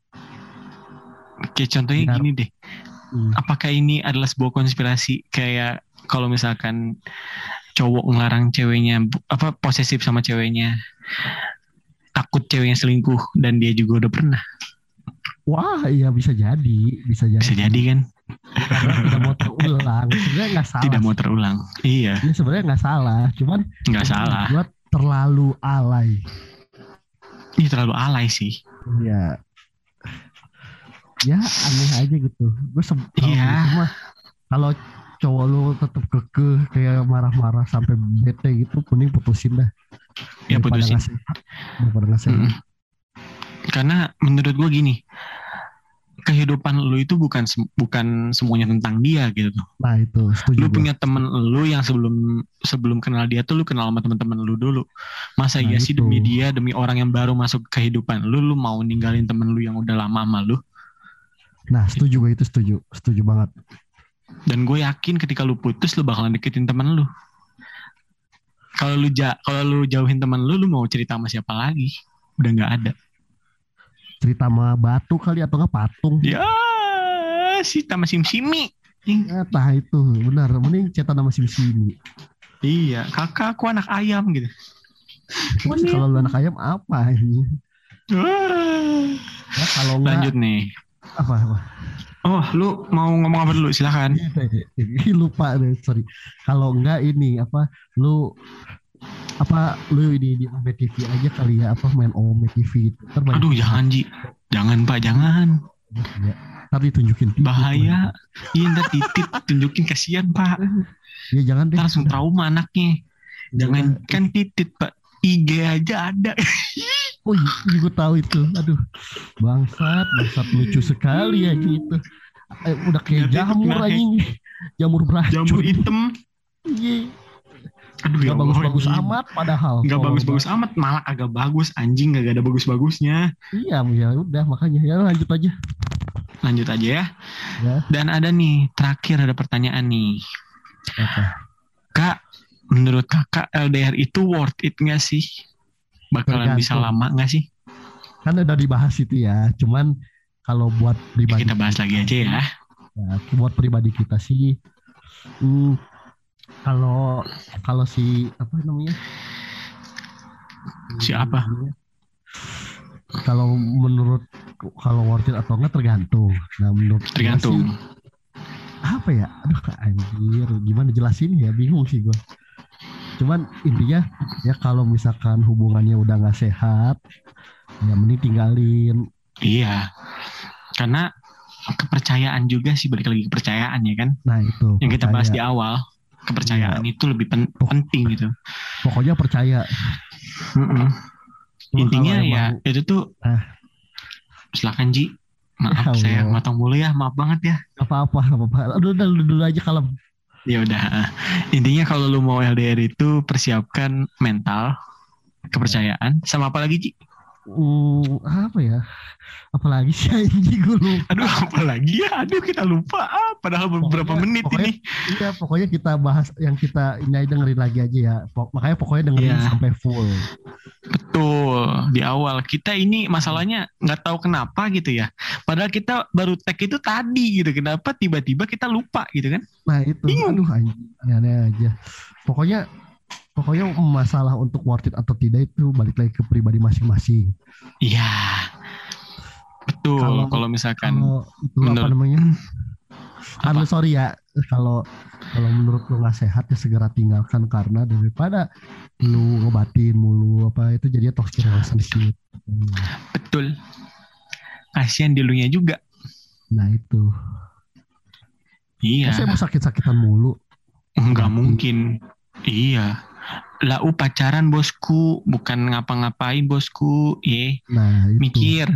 Kayak contohnya Benar. gini deh. Hmm. Apakah ini adalah sebuah konspirasi kayak kalau misalkan cowok ngelarang ceweknya bu- apa posesif sama ceweknya, takut ceweknya selingkuh dan dia juga udah pernah. Wah, iya bisa jadi, bisa jadi. Bisa jadi kan? Karena tidak mau terulang. Sebenarnya nggak salah. Tidak mau terulang. Iya, Ini sebenarnya nggak salah, cuman nggak salah. Gua terlalu alay. Ini terlalu alay sih. Iya. Ya aneh aja gitu. Gue se- kalau Iya. gitu mah, kalau cowok lu tetap kekeh kayak marah-marah sampai bete gitu, mending putusin dah. Ya Daripada putusin. nggak sehat, daripada nggak sehat. Mm-mm. Karena menurut gue gini, kehidupan lu itu bukan sem- bukan semuanya tentang dia gitu. Nah itu Lu setuju. gua. punya temen lu yang sebelum sebelum kenal dia tuh lu kenal sama teman-teman lu dulu. Masa Nah, iya sih itu. demi dia, demi orang yang baru masuk ke kehidupan lu, lu mau ninggalin temen lu yang udah lama sama lu? Nah setuju gue itu setuju, setuju banget. Dan gue yakin ketika lu putus lu bakalan deketin temen lu. Kalau lu ja kalau lu jauhin temen lu, lu mau cerita sama siapa lagi? Udah nggak ada. Cerita sama batu kali atau nggak patung? Ya, si sama sim-simi. Nah itu benar, mending cetak nama sini. Iya, kakak aku anak ayam gitu. Kalau lu anak ayam apa ini? Wah. Ya, kalau nggak Lanjut nih. apa apa? Oh, lu mau ngomong apa dulu? Silakan. Lupa deh, sorry. Kalau enggak ini apa lu apa lu ini di Ome T V aja kali ya, apa main Ome T V gitu. Ntar banyak- Aduh, jangan Ji. Jangan Pak, jangan. Ya. Ntar ditunjukin titik. Bahaya. Iya, ntar titit tunjukin, kasihan Pak. Ya jangan deh. Ntar langsung trauma anaknya. Jangan kan titit Pak. I G aja ada. Oh iya, gue tahu itu. Aduh, bangsat, bangsat lucu sekali ya gitu. Eh, udah kayak Ngerti, jamur ngerti. anjing, jamur beracun. Jamur hitam. Iya. Aduh ya Gak Allah, bagus-bagus anjing. amat padahal. Nggak Tolong bagus-bagus amat, malah agak bagus anjing, nggak ada bagus-bagusnya. banget. Iya, ya udah makanya ya lanjut aja. Lanjut aja ya. Ya. Dan ada nih terakhir ada pertanyaan nih, Apa? Kak. Menurut kakak L D R itu worth it nggak sih? Bakalan Tergantung. bisa lama nggak sih? Kan udah dibahas itu ya. Cuman kalau buat Ya, pribadi kita bahas lagi aja ya. ya, buat pribadi kita sih, hmm, Kalau kalau si apa namanya? Siapa? Hmm, Kalau menurut kalau worth it atau enggak tergantung. Nah menurut gua sih Tergantung. apa ya? Aduh kak anjir, gimana jelasin ya? Bingung sih gua. Cuman intinya ya kalau misalkan hubungannya udah nggak sehat, ya mending tinggalin. Iya, karena kepercayaan juga sih, balik lagi kepercayaan ya kan. Nah itu Yang kita bahas percaya. di awal, kepercayaan Iya, itu lebih pen- penting gitu. pokoknya percaya. Mm-mm. Cuma kalau Intinya ya emang, itu tuh, nah silakan Ji. ya Maaf saya Allah, motong mulu ya, maaf banget ya. apa-apa, apa-apa. Udah, udah, udah, dulu aja kalem. Ya udah. Intinya kalau lu mau L D R itu persiapkan mental, Ya. kepercayaan, sama apa lagi Ji? Hmm, apa ya? Apalagi sih anjing gue lupa. Aduh, apa lagi ya? Aduh, kita lupa. Ah, padahal beberapa Pokoknya, menit pokoknya, ini. iya, pokoknya kita bahas yang kita ini aja dengerin lagi aja ya. Pok- makanya pokoknya dengerin Iya, sampai full. betul. Di awal kita ini masalahnya nggak tahu kenapa gitu ya. Padahal kita baru tag itu tadi gitu. Kenapa tiba-tiba kita lupa gitu kan? Nah itu, Bingung. aduh anjing, aneh aja. Pokoknya, pokoknya masalah untuk worth it atau tidak itu balik lagi ke pribadi masing-masing. Iya, betul. Kalau Kalau misalkan kalau itu apa menurut namanya? apa? Anu sorry ya, kalau kalau menurut lu nggak sehat ya segera tinggalkan karena daripada lu ngebatin mulu apa itu jadinya toxic relationship. Hmm. Betul. Kasihan dilunya juga. Nah itu, Iya, saya mau sakit-sakitan mulu. nggak Mati. mungkin. Iya. Lah, u pacaran bosku, bukan ngapa-ngapain bosku. Ye, Nah itu, mikir.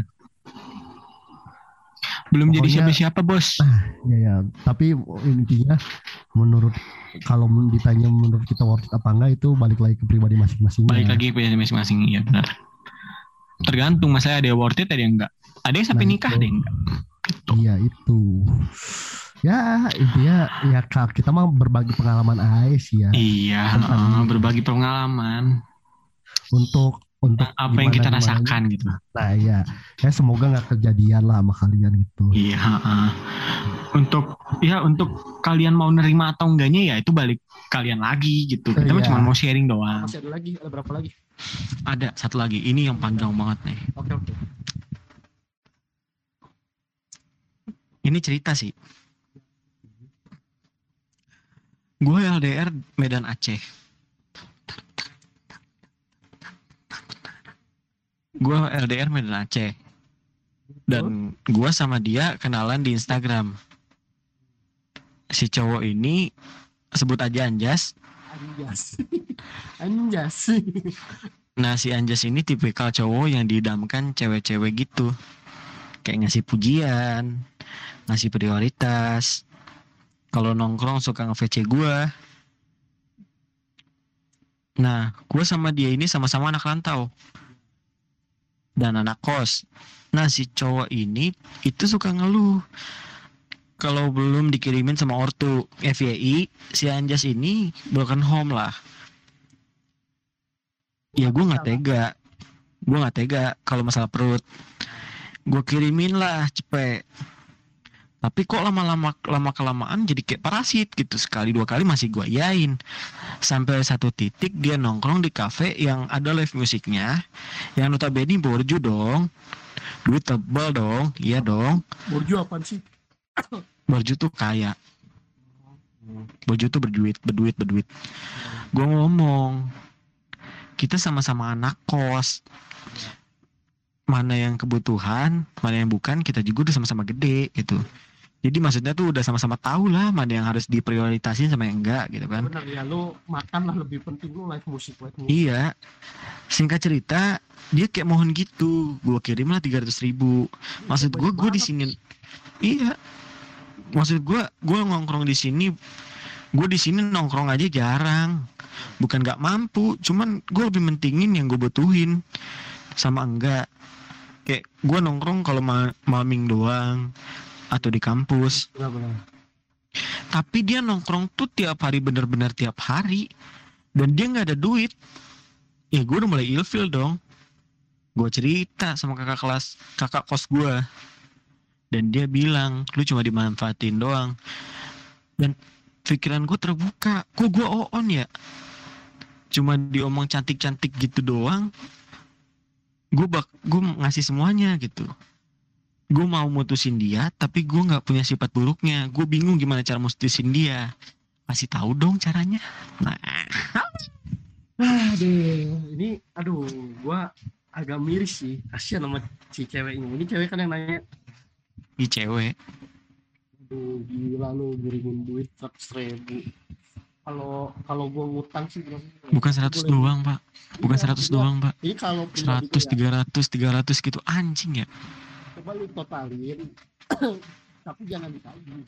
Belum jadi pokoknya siapa-siapa bos. ya ya. Tapi intinya menurut kalau ditanya menurut kita worth it apa enggak itu balik lagi ke pribadi masing-masing. Balik lagi ke masing-masing. Iya benar. Tergantung, masalah ada yang worth it, ada yang enggak. Ada yang sampai Nah, nikah, itu. ada yang enggak. Gitu. Iya itu. Ya intinya ya Kak, kita mah berbagi pengalaman aja sih ya. Iya, Tentang uh, ini. berbagi pengalaman. Untuk untuk Apa yang kita gimana-gimananya. rasakan gitu. Nah ya, ya semoga nggak kejadian lah sama kalian gitu. Iya, uh, untuk ya untuk kalian mau nerima atau enggaknya ya itu balik kalian lagi gitu. Kita mah Iya. cuma mau sharing doang. Masih ada lagi, ada berapa lagi? Ada satu lagi, ini yang panjang banget nih. Oke oke. Ini cerita sih. Gue L D R Medan Aceh. Gue L D R Medan Aceh. Dan gue sama dia kenalan di Instagram. Si cowok ini sebut aja Anjas. Anjas. Anjas. Nah si Anjas ini tipikal cowok yang diidamkan cewek-cewek gitu. Kayak ngasih pujian, ngasih prioritas. Kalau nongkrong suka nge-V C gue. Nah, gue sama dia ini sama-sama anak rantau. Dan anak kos. Nah, si cowok ini itu suka ngeluh. Kalau belum dikirimin sama ortu F Y I, si Anjas ini broken home lah. Ya gue gak tega. Gue gak tega kalau masalah perut. Gue kirimin lah cepet. Tapi kok lama-lama lama kelamaan jadi kayak parasit gitu. Sekali dua kali masih gue iyain. Sampai satu titik dia nongkrong di kafe yang ada live musiknya. Yang notabene borju dong. Duit tebal dong. Iya dong. Borju apaan sih? Borju tuh kaya. Borju tuh berduit, berduit, berduit. Gue ngomong, kita sama-sama anak kos. Mana yang kebutuhan, mana yang bukan, kita juga udah sama-sama gede gitu. Jadi maksudnya tuh udah sama-sama tahu lah mana yang harus diprioritasin sama yang enggak gitu kan. Benar ya, lu makan lah lebih penting lu live musik, live musik. Iya. Singkat cerita, dia kayak mohon gitu. Gue kirim lah tiga ratus ribu. Maksud gue, gue di sini. Iya. Maksud gue, gue nongkrong di sini. Gue di sini nongkrong aja jarang. Bukan gak mampu, cuman gue lebih mentingin yang gue butuhin sama enggak. Kayak gue nongkrong kalau ma- maming doang atau di kampus. Benar-benar. Tapi dia nongkrong tuh tiap hari, bener-bener tiap hari. Dan dia gak ada duit. Ya gue udah mulai ilfil dong. Gue cerita sama kakak kelas, kakak kos gue. Dan dia bilang, lu cuma dimanfaatin doang. Dan pikiran gue terbuka. Kok gue on ya? Cuma diomong cantik-cantik gitu doang. Gue bak, gue ngasih semuanya gitu. Gue mau mutusin dia, tapi gue nggak punya sifat buruknya. Gue bingung gimana cara mutusin dia. Kasih tahu dong caranya. Nah, Aduh, ini aduh, gua agak miris sih. Kasihan sama si ceweknya. Ini cewek kan yang nanya, di cewek. aduh gila lu ngirimin duit seratus ribu. Kalau kalau gua ngutang sih belum. Bukan seratus Boleh. doang, Pak. Bukan Iya, seratus iya. doang, Pak. Ini kalau pribadi seratus, gua ya, tiga ratus, tiga ratus gitu. Anjing ya. coba lu totalin. Tapi jangan ditagih.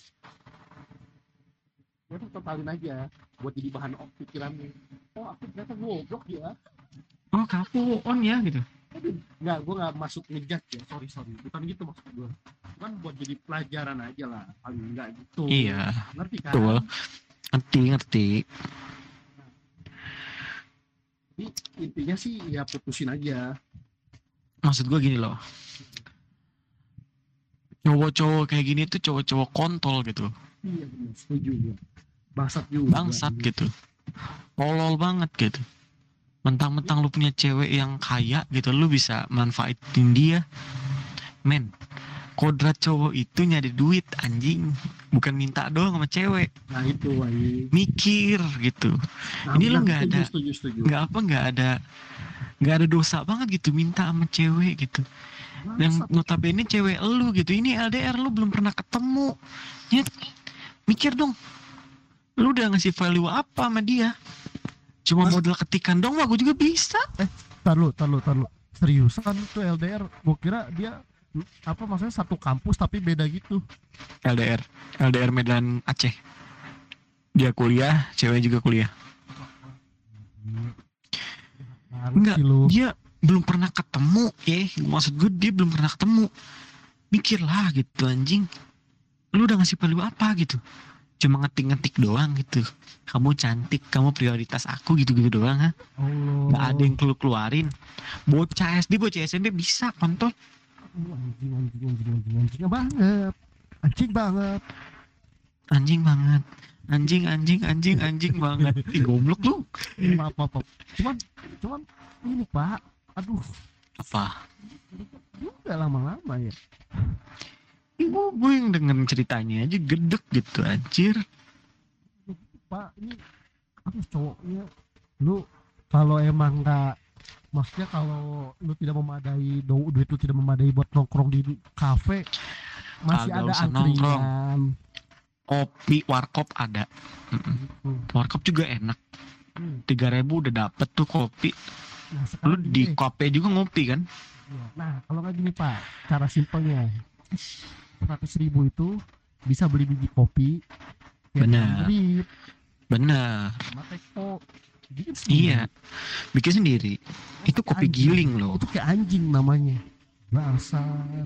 Ya tuh totalin aja buat jadi bahan op pikirannya. Oh, aku ternyata goblok ya. Oh, kamu on ya gitu. Nggak, gue nggak masuk ngejat ya, sorry sorry, bukan gitu maksud gue. Bukan buat jadi pelajaran aja lah, paling nggak gitu. Iya, Ngerti kan? betul. Ngerti, ngerti. Jadi intinya sih ya putusin aja. Maksud gue gini loh. Cowok-cowok kayak gini tuh cowok-cowok kontol gitu. Iya benar, setuju gue. Bangsat juga. Bangsat gitu. Tolol banget gitu. Mentang-mentang lu punya cewek yang kaya gitu, lu bisa manfaatin dia. Men, kodrat cowok itu nyari duit anjing, bukan minta doang sama cewek. Nah itu, Wai. Mikir gitu. Nah, Ini lu benar, nggak setuju, ada- Setuju, setuju. Nggak apa nggak ada nggak ada dosa banget gitu minta sama cewek gitu. Yang Bangsat. notabene cewek lu gitu. Ini L D R lu belum pernah ketemu. Ya, mikir dong. Lu udah ngasih value apa sama dia? Cuma Mas- modal ketikan dong mah gue juga bisa. Tar lu, tar lu, tar lu. Seriusan tuh L D R, gue kira dia apa maksudnya satu kampus tapi beda gitu. L D R, L D R Medan Aceh. Dia kuliah, cewek juga kuliah. Enggak, Sih lu. dia belum pernah ketemu, eh maksud gue dia belum pernah ketemu. Mikirlah gitu anjing. Lu udah ngasih value apa gitu? Cuma ngetik-ngetik doang gitu. Kamu cantik, kamu prioritas aku gitu-gitu doang ha. Allah. Nggak ada yang keluar keluarin. Bocah S D, bocah S M P bisa kontol. Aduh, anjing anjing anjing anjing anjing banget, anjing banget. Anjing banget. Anjing anjing anjing anjing banget. Ih goblok lu. Maaf maaf maaf. Cuman cuman ini Pak, aduh Apa? juga lama-lama ya. Gue gue yang dengerin ceritanya aja gedek gitu anjir. Pak ini aduh cowoknya, lu kalau emang nggak, maksudnya kalau lu tidak memadai du- duit lu tidak memadai buat nongkrong di kafe, masih Kagak ada usah angkringan. Kopi warkop ada. Mm-mm. Hmm. Warkop juga enak. Hmm. Tiga ribu udah dapet tuh kopi. Nah Lu sekarang di gini, kopi juga ngopi kan? ya. Nah kalau nggak gini Pak, cara simpelnya seratus ribu itu bisa beli biji kopi, Benar. drip, Bener. sama teko. Bikin Iya. sendiri. Bikin sendiri. Itu kopi Anjing. giling loh. Itu kayak anjing namanya. Bangsat.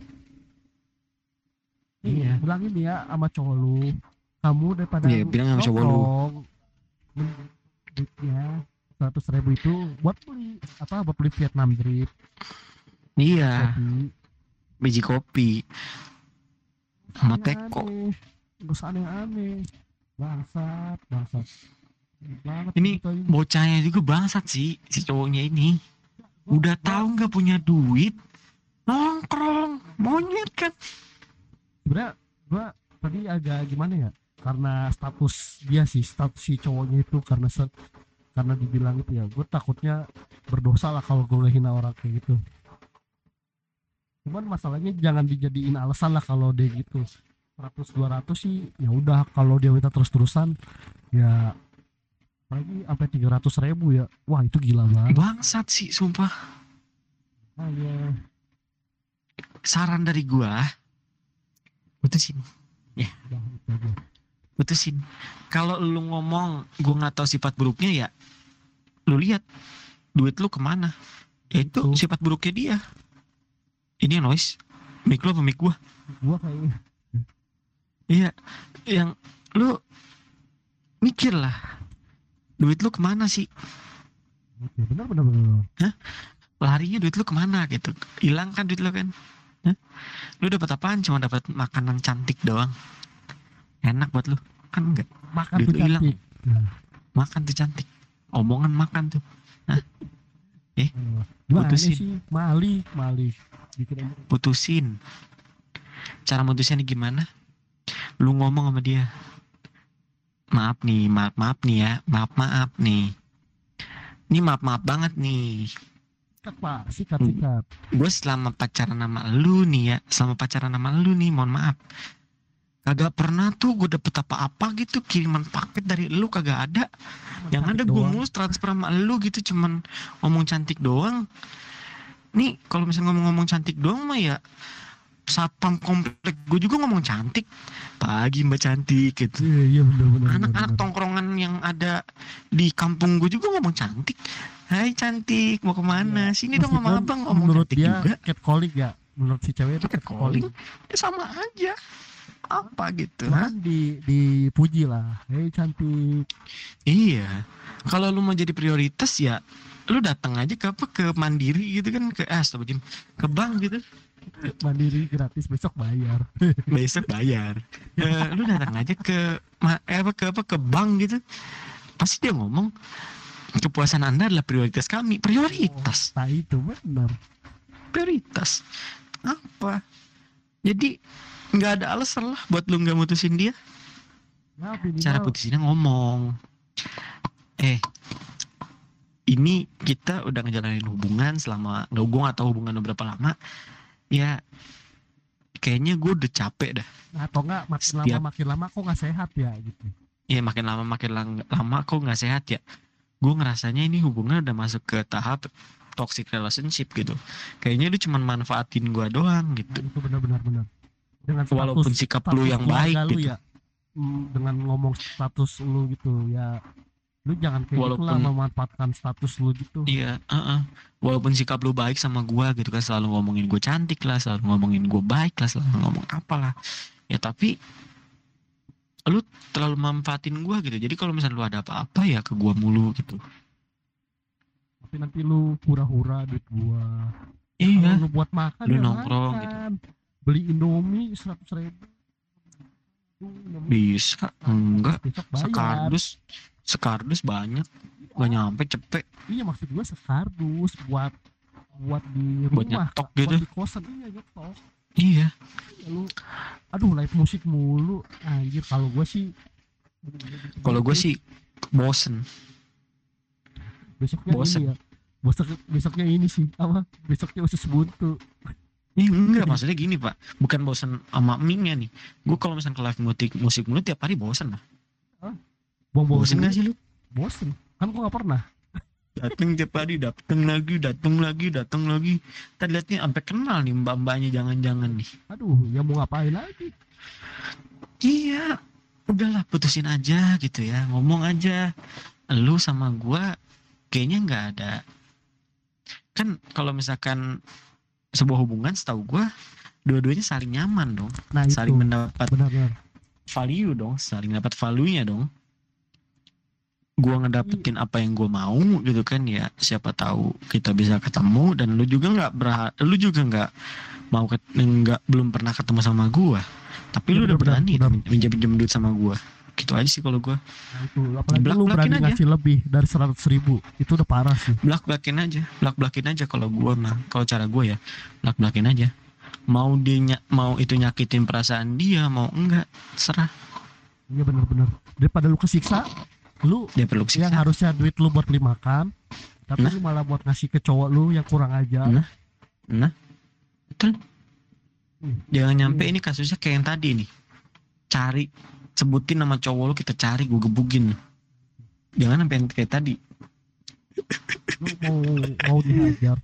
Iya. Bilangin ya sama cowok lu, kamu daripada Iya, bilang sama cowok lu. nongkrong, mending duitnya seratus ribu itu buat beli apa, buat beli Vietnam drip, Iya. kopi. Biji kopi. Sama Aneh-aneh. teko. Gak usah aneh-aneh. Bangsat, bangsat. Banget Ini gitu aja. Bocahnya juga bangsat sih si cowoknya ini. Udah Gua- tahu nggak punya duit, nongkrong, monyet kan. sebenarnya gua tadi agak gimana ya, karena status dia sih, status si cowoknya itu, karena se karena dibilang itu ya, gue takutnya berdosa lah kalau gue hina orang kayak gitu. Cuman masalahnya jangan dijadiin alasan lah kalau dia gitu. Seratus dua ratus sih ya udah, kalau dia minta terus-terusan ya, apalagi sampai tiga ratus ribu ya, wah itu gila banget. Bangsat sih sumpah. Ah, ya. Saran dari gua, putusin, Udah, itu aja. putusin. Kalau lu ngomong gua nggak tahu sifat buruknya ya, lu lihat duit lu kemana. Ya itu Itu. sifat buruknya dia. Ini yang noise, mic lu apa mic gua? Gua kayaknya Iya, yang lu mikir lah, duit lu kemana sih? oke, benar benar benar. Larinya duit lu kemana gitu? Hilang kan duit lu kan? Hah? Lu dapat apaan? Cuma dapat makanan cantik doang. Enak buat lu. makan nggak? Makan Duit tuh lu hilang. cantik. Nah, Makan tuh cantik. Omongan makan tuh. eh, gimana Putusin. sih Mali Mali bikin emosi. Putusin. Cara mutusinnya gimana? Lu ngomong sama dia. Maaf nih, maaf maaf nih ya, maaf maaf nih. Ini maaf maaf banget nih. Sikat pak sikat Hmm. sikat. Gue selama pacaran sama lu nih ya, selama pacaran sama lu nih, mohon maaf. Kagak pernah tuh gue dapet apa-apa gitu, kiriman paket dari lu kagak ada. Yang ada Cantik gue doang. mulus transfer sama lu gitu, cuman ngomong cantik doang. Nih kalau misalnya ngomong-ngomong cantik doang mah ya, satpam komplek gue juga ngomong cantik. Pagi mbak cantik gitu. Iya iya benar benar. Anak-anak tongkrongan yang ada di kampung gue juga ngomong cantik. Hai cantik, mau kemana? Sini dong sama abang ngomong menurut cantik dia juga. catcalling ya. Menurut si cewek itu catcalling. Ya sama aja. Apa gitu? Hah? Cuman di dipuji lah. Hei cantik. Iya. Kalau lu mau jadi prioritas ya, lu datang aja ke apa ke Mandiri gitu kan, ke ah, stop, Jim. Ke bank gitu. Mandiri gratis besok bayar. Besok bayar. Eh, lu datang aja ke ma- eh, apa ke apa ke bank gitu. Pasti dia ngomong kepuasan Anda adalah prioritas kami. Prioritas. Nah itu benar. Prioritas. Apa? Jadi nggak ada alasan lah buat lu nggak mutusin dia. Ya, minimal, Cara putusinnya ngomong. Eh, ini kita udah ngejalanin hubungan selama nggak gue nggak tahu hubungan udah berapa lama. Ya, kayaknya gue udah capek dah. atau enggak makin Setiap- lama makin lama kok nggak sehat ya gitu. Ya makin lama makin lang- lama kok nggak sehat ya. Gue ngerasanya ini hubungan udah masuk ke tahap toxic relationship gitu. Kayaknya lu cuman manfaatin gue doang Nah, gitu. itu benar-benar benar. Dengan status, Walaupun sikap lu status yang keluarga baik lu gitu. ya. Mm, dengan ngomong status lu gitu ya. Lu jangan kayak gitu lah Walaupun- memanfaatkan status lu gitu. Iya, uh-uh. Walaupun sikap lu baik sama gua gitu kan, selalu ngomongin gue cantik lah, selalu ngomongin gue baik lah, selalu ngomong apalah. Ya tapi lu terlalu manfaatin gua gitu. Jadi kalau misalnya lu ada apa-apa ya ke gua mulu gitu. Tapi nanti lu hura-hura duit gua. Iya. Kalau lu buat makan Lu ya nongkrong makan. Beli Indomie seratus ribu. Bisa enggak? Besok bayar. Sekardus, sekardus banyak, gak nyampe cepet. Iya maksud gua sekardus buat buat di Buat rumah, nyetok buat gitu. di kosan iya nyetok. Iya. Ya, lu, aduh live musik mulu, anjir kalau gua sih. Kalau gue sih bosen. besoknya bosen. ini ya. Besok besoknya ini sih apa? Besoknya usus buntu. Ini enggak, maksudnya gini pak, bukan bosen sama mie nih. Gue kalau misalnya ke live musik musik mulu tiap hari bosen lah. Buang-buang Bosen duit. gak sih lu? Bosen. Kan gua gak pernah. Dateng tiap hari, dateng lagi, dateng lagi, dateng lagi. Tadi liatnya sampai kenal nih mbak-mbaknya, jangan-jangan nih. Aduh, ya mau ngapain lagi? Iya, udahlah putusin aja gitu ya, ngomong aja. Lu sama gua kayaknya nggak ada. Kan kalau misalkan sebuah hubungan, setahu gua dua-duanya saling nyaman dong, Nah itu. saling mendapat Benar-benar. value dong, saling dapat value-nya dong. Gua ngedapetin apa yang gua mau gitu kan ya, siapa tahu kita bisa ketemu, dan lu juga nggak berha lu juga nggak mau ket- nggak belum pernah ketemu sama gua, tapi Ya, lu udah benar-benar, berani benar. minjem pinjam duit sama gua, gitu aja sih kalau gua. Nah itu. Apalagi lu Blak-blakin berani aja. ngasih lebih dari seratus ribu. Itu udah parah sih. Belak belakin aja, belak belakin aja kalau gua mah, kalau cara gua ya, belak belakin aja. Mau dia ny- mau itu nyakitin perasaan dia, mau enggak, serah. Iya benar-benar. Daripada lu kesiksa, lu Dia perlu yang siksa. harusnya duit lu buat beli makan, tapi Nah. lu malah buat ngasih ke cowok lu yang kurang aja. Nah. Nah, betul. Hmm. Jangan nyampe Hmm. ini kasusnya kayak yang tadi nih. Cari, sebutin nama cowok lu, kita cari, gue gebukin. Jangan sampai yang kayak tadi. Lu mau mau dihajar.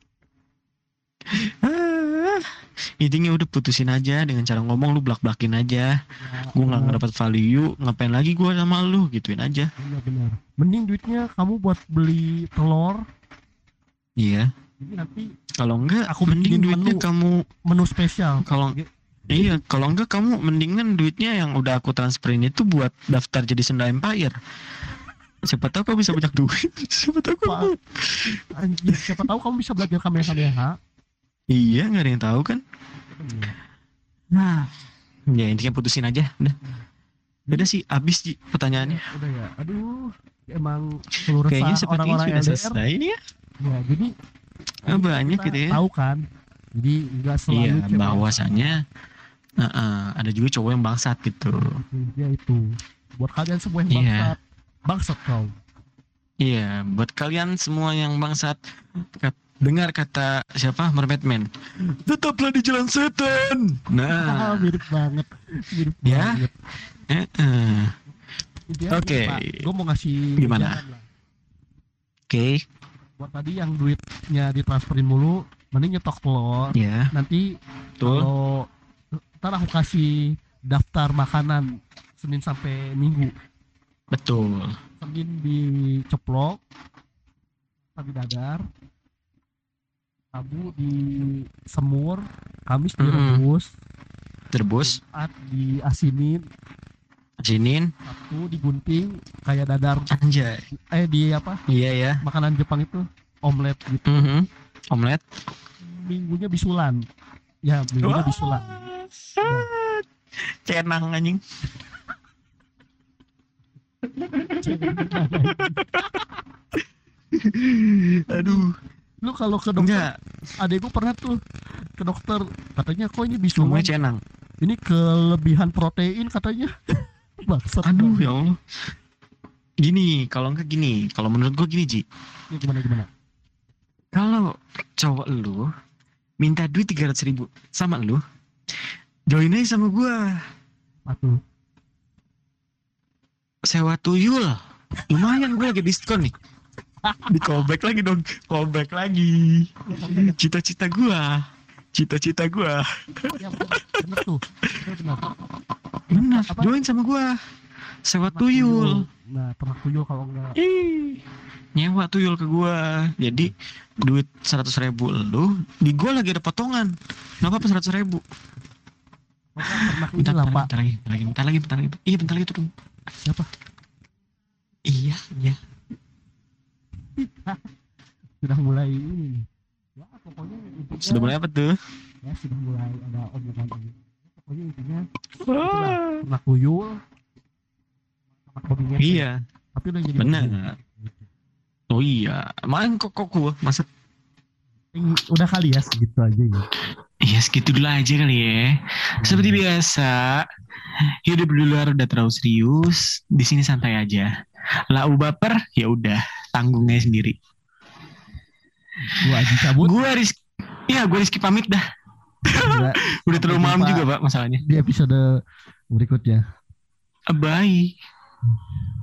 Ah, intinya udah putusin aja dengan cara ngomong, lu belak-belakin aja. Ya, Gue nggak benar. ngedapat value, ngapain lagi gue sama lu, gituin aja. Iya benar. Mending duitnya kamu buat beli telur. Iya. Jadi nanti Kalau enggak, Aku mending bikinin duitnya menu. kamu menu spesial. kalau Gitu. iya, kalau enggak kamu mendingan duitnya yang udah aku transferin itu buat daftar jadi Sunda Empire. Siapa tahu kamu bisa banyak duit. Siapa tahu kamu. Pak, anjir, siapa tahu kamu bisa belajar kamehameha. Iya, nggak ada yang tahu kan. Nah, ya intinya putusin aja. Udah. Udah sih abis Ji pertanyaannya. Udah ya. Aduh, emang keluh Kayaknya resah sepertinya orang-orang sudah L D R. selesai ini ya. Ya, jadi Ah, banyak kita gitu ya. tahu kan. Jadi nggak selalu Iya, cewek bahwasannya uh, uh, ada juga cowok yang bangsat gitu. dia itu. Buat kalian semua yang Iya. bangsat, bangsat kau. Iya, buat kalian semua yang bangsat, kat- dengar kata siapa Mermaid Man, tetaplah di jalan setan. Ah, Nah, mirip banget, mirip Ya. banget. eh, eh. Intinya Oke. gue mau ngasih Gimana? jalan lah. Oke, Buat tadi yang duitnya ditransferin mulu, mending nyetok telur. ya, Nanti betul. kalau ntar aku kasih daftar makanan Senin sampai Minggu. Betul. Senin diceplok, sapi dadar, Rabu di semur, Kamis Mm-mm. direbus, Terbus, Jumat diasinin, asinin, Sabtu digunting kayak dadar anjay. eh di apa Iya ya. makanan Jepang itu omelet gitu. Mhm. Omelet. Minggunya bisulan. Ya, minggunya Wah. bisulan. Cenang anjing. Aduh, Lu kalau ke dokter, enggak, adekku pernah tuh ke dokter, katanya kok ini bisulan, semuanya cenang. ini kelebihan protein katanya. Bangsat. Aduh banget. ya Allah. Gini, kalau enggak gini, kalau menurut gua gini Ji, Ini gimana gimana? kalau cowok lu minta duit tiga ratus ribu sama lu, join aja sama gua, Atuh. sewa tuyul, lumayan gua lagi diskon nih. Di callback lagi dong, callback lagi. Cita-cita gua, cita-cita gua. Ya, bener, bener tuh. Bener, bener. Benar, Apa? join sama gua, sewa Ternak tuyul. Nah, ternak tuyul kalau enggak. Ih, nyewa tuyul ke gua. Jadi duit seratus ribu lu, di gua lagi ada potongan. Kenapa apa seratus ribu? Maka ternak ini Bentar, lah, bentar, Pak. bentar lagi, bentar lagi, bentar lagi, bentar lagi. Iya, bentar lagi tuh dong. Siapa? Iya, iya. Sudah mulai ini nih. Ya, pokoknya intinya Sudah mulai apa tuh? ya sudah mulai ada omongan ini. Pokoknya intinya ternak tuyul sama hobinya. Iya, Tapi udah jadi benar. bagian. Oh iya, main kok kok gua masa. Eh, udah kali ya segitu aja ya. Iya, segitu dulu aja kali ya. Seperti biasa, hidup di luar udah terlalu serius, di sini santai aja. Lau baper, ya udah, tanggungnya sendiri. Gua Aji cabut. Gua Rizky, iya gua Rizky pamit dah. Udah Udah terlalu malam jumpa juga pak masalahnya. di episode berikutnya. Bye.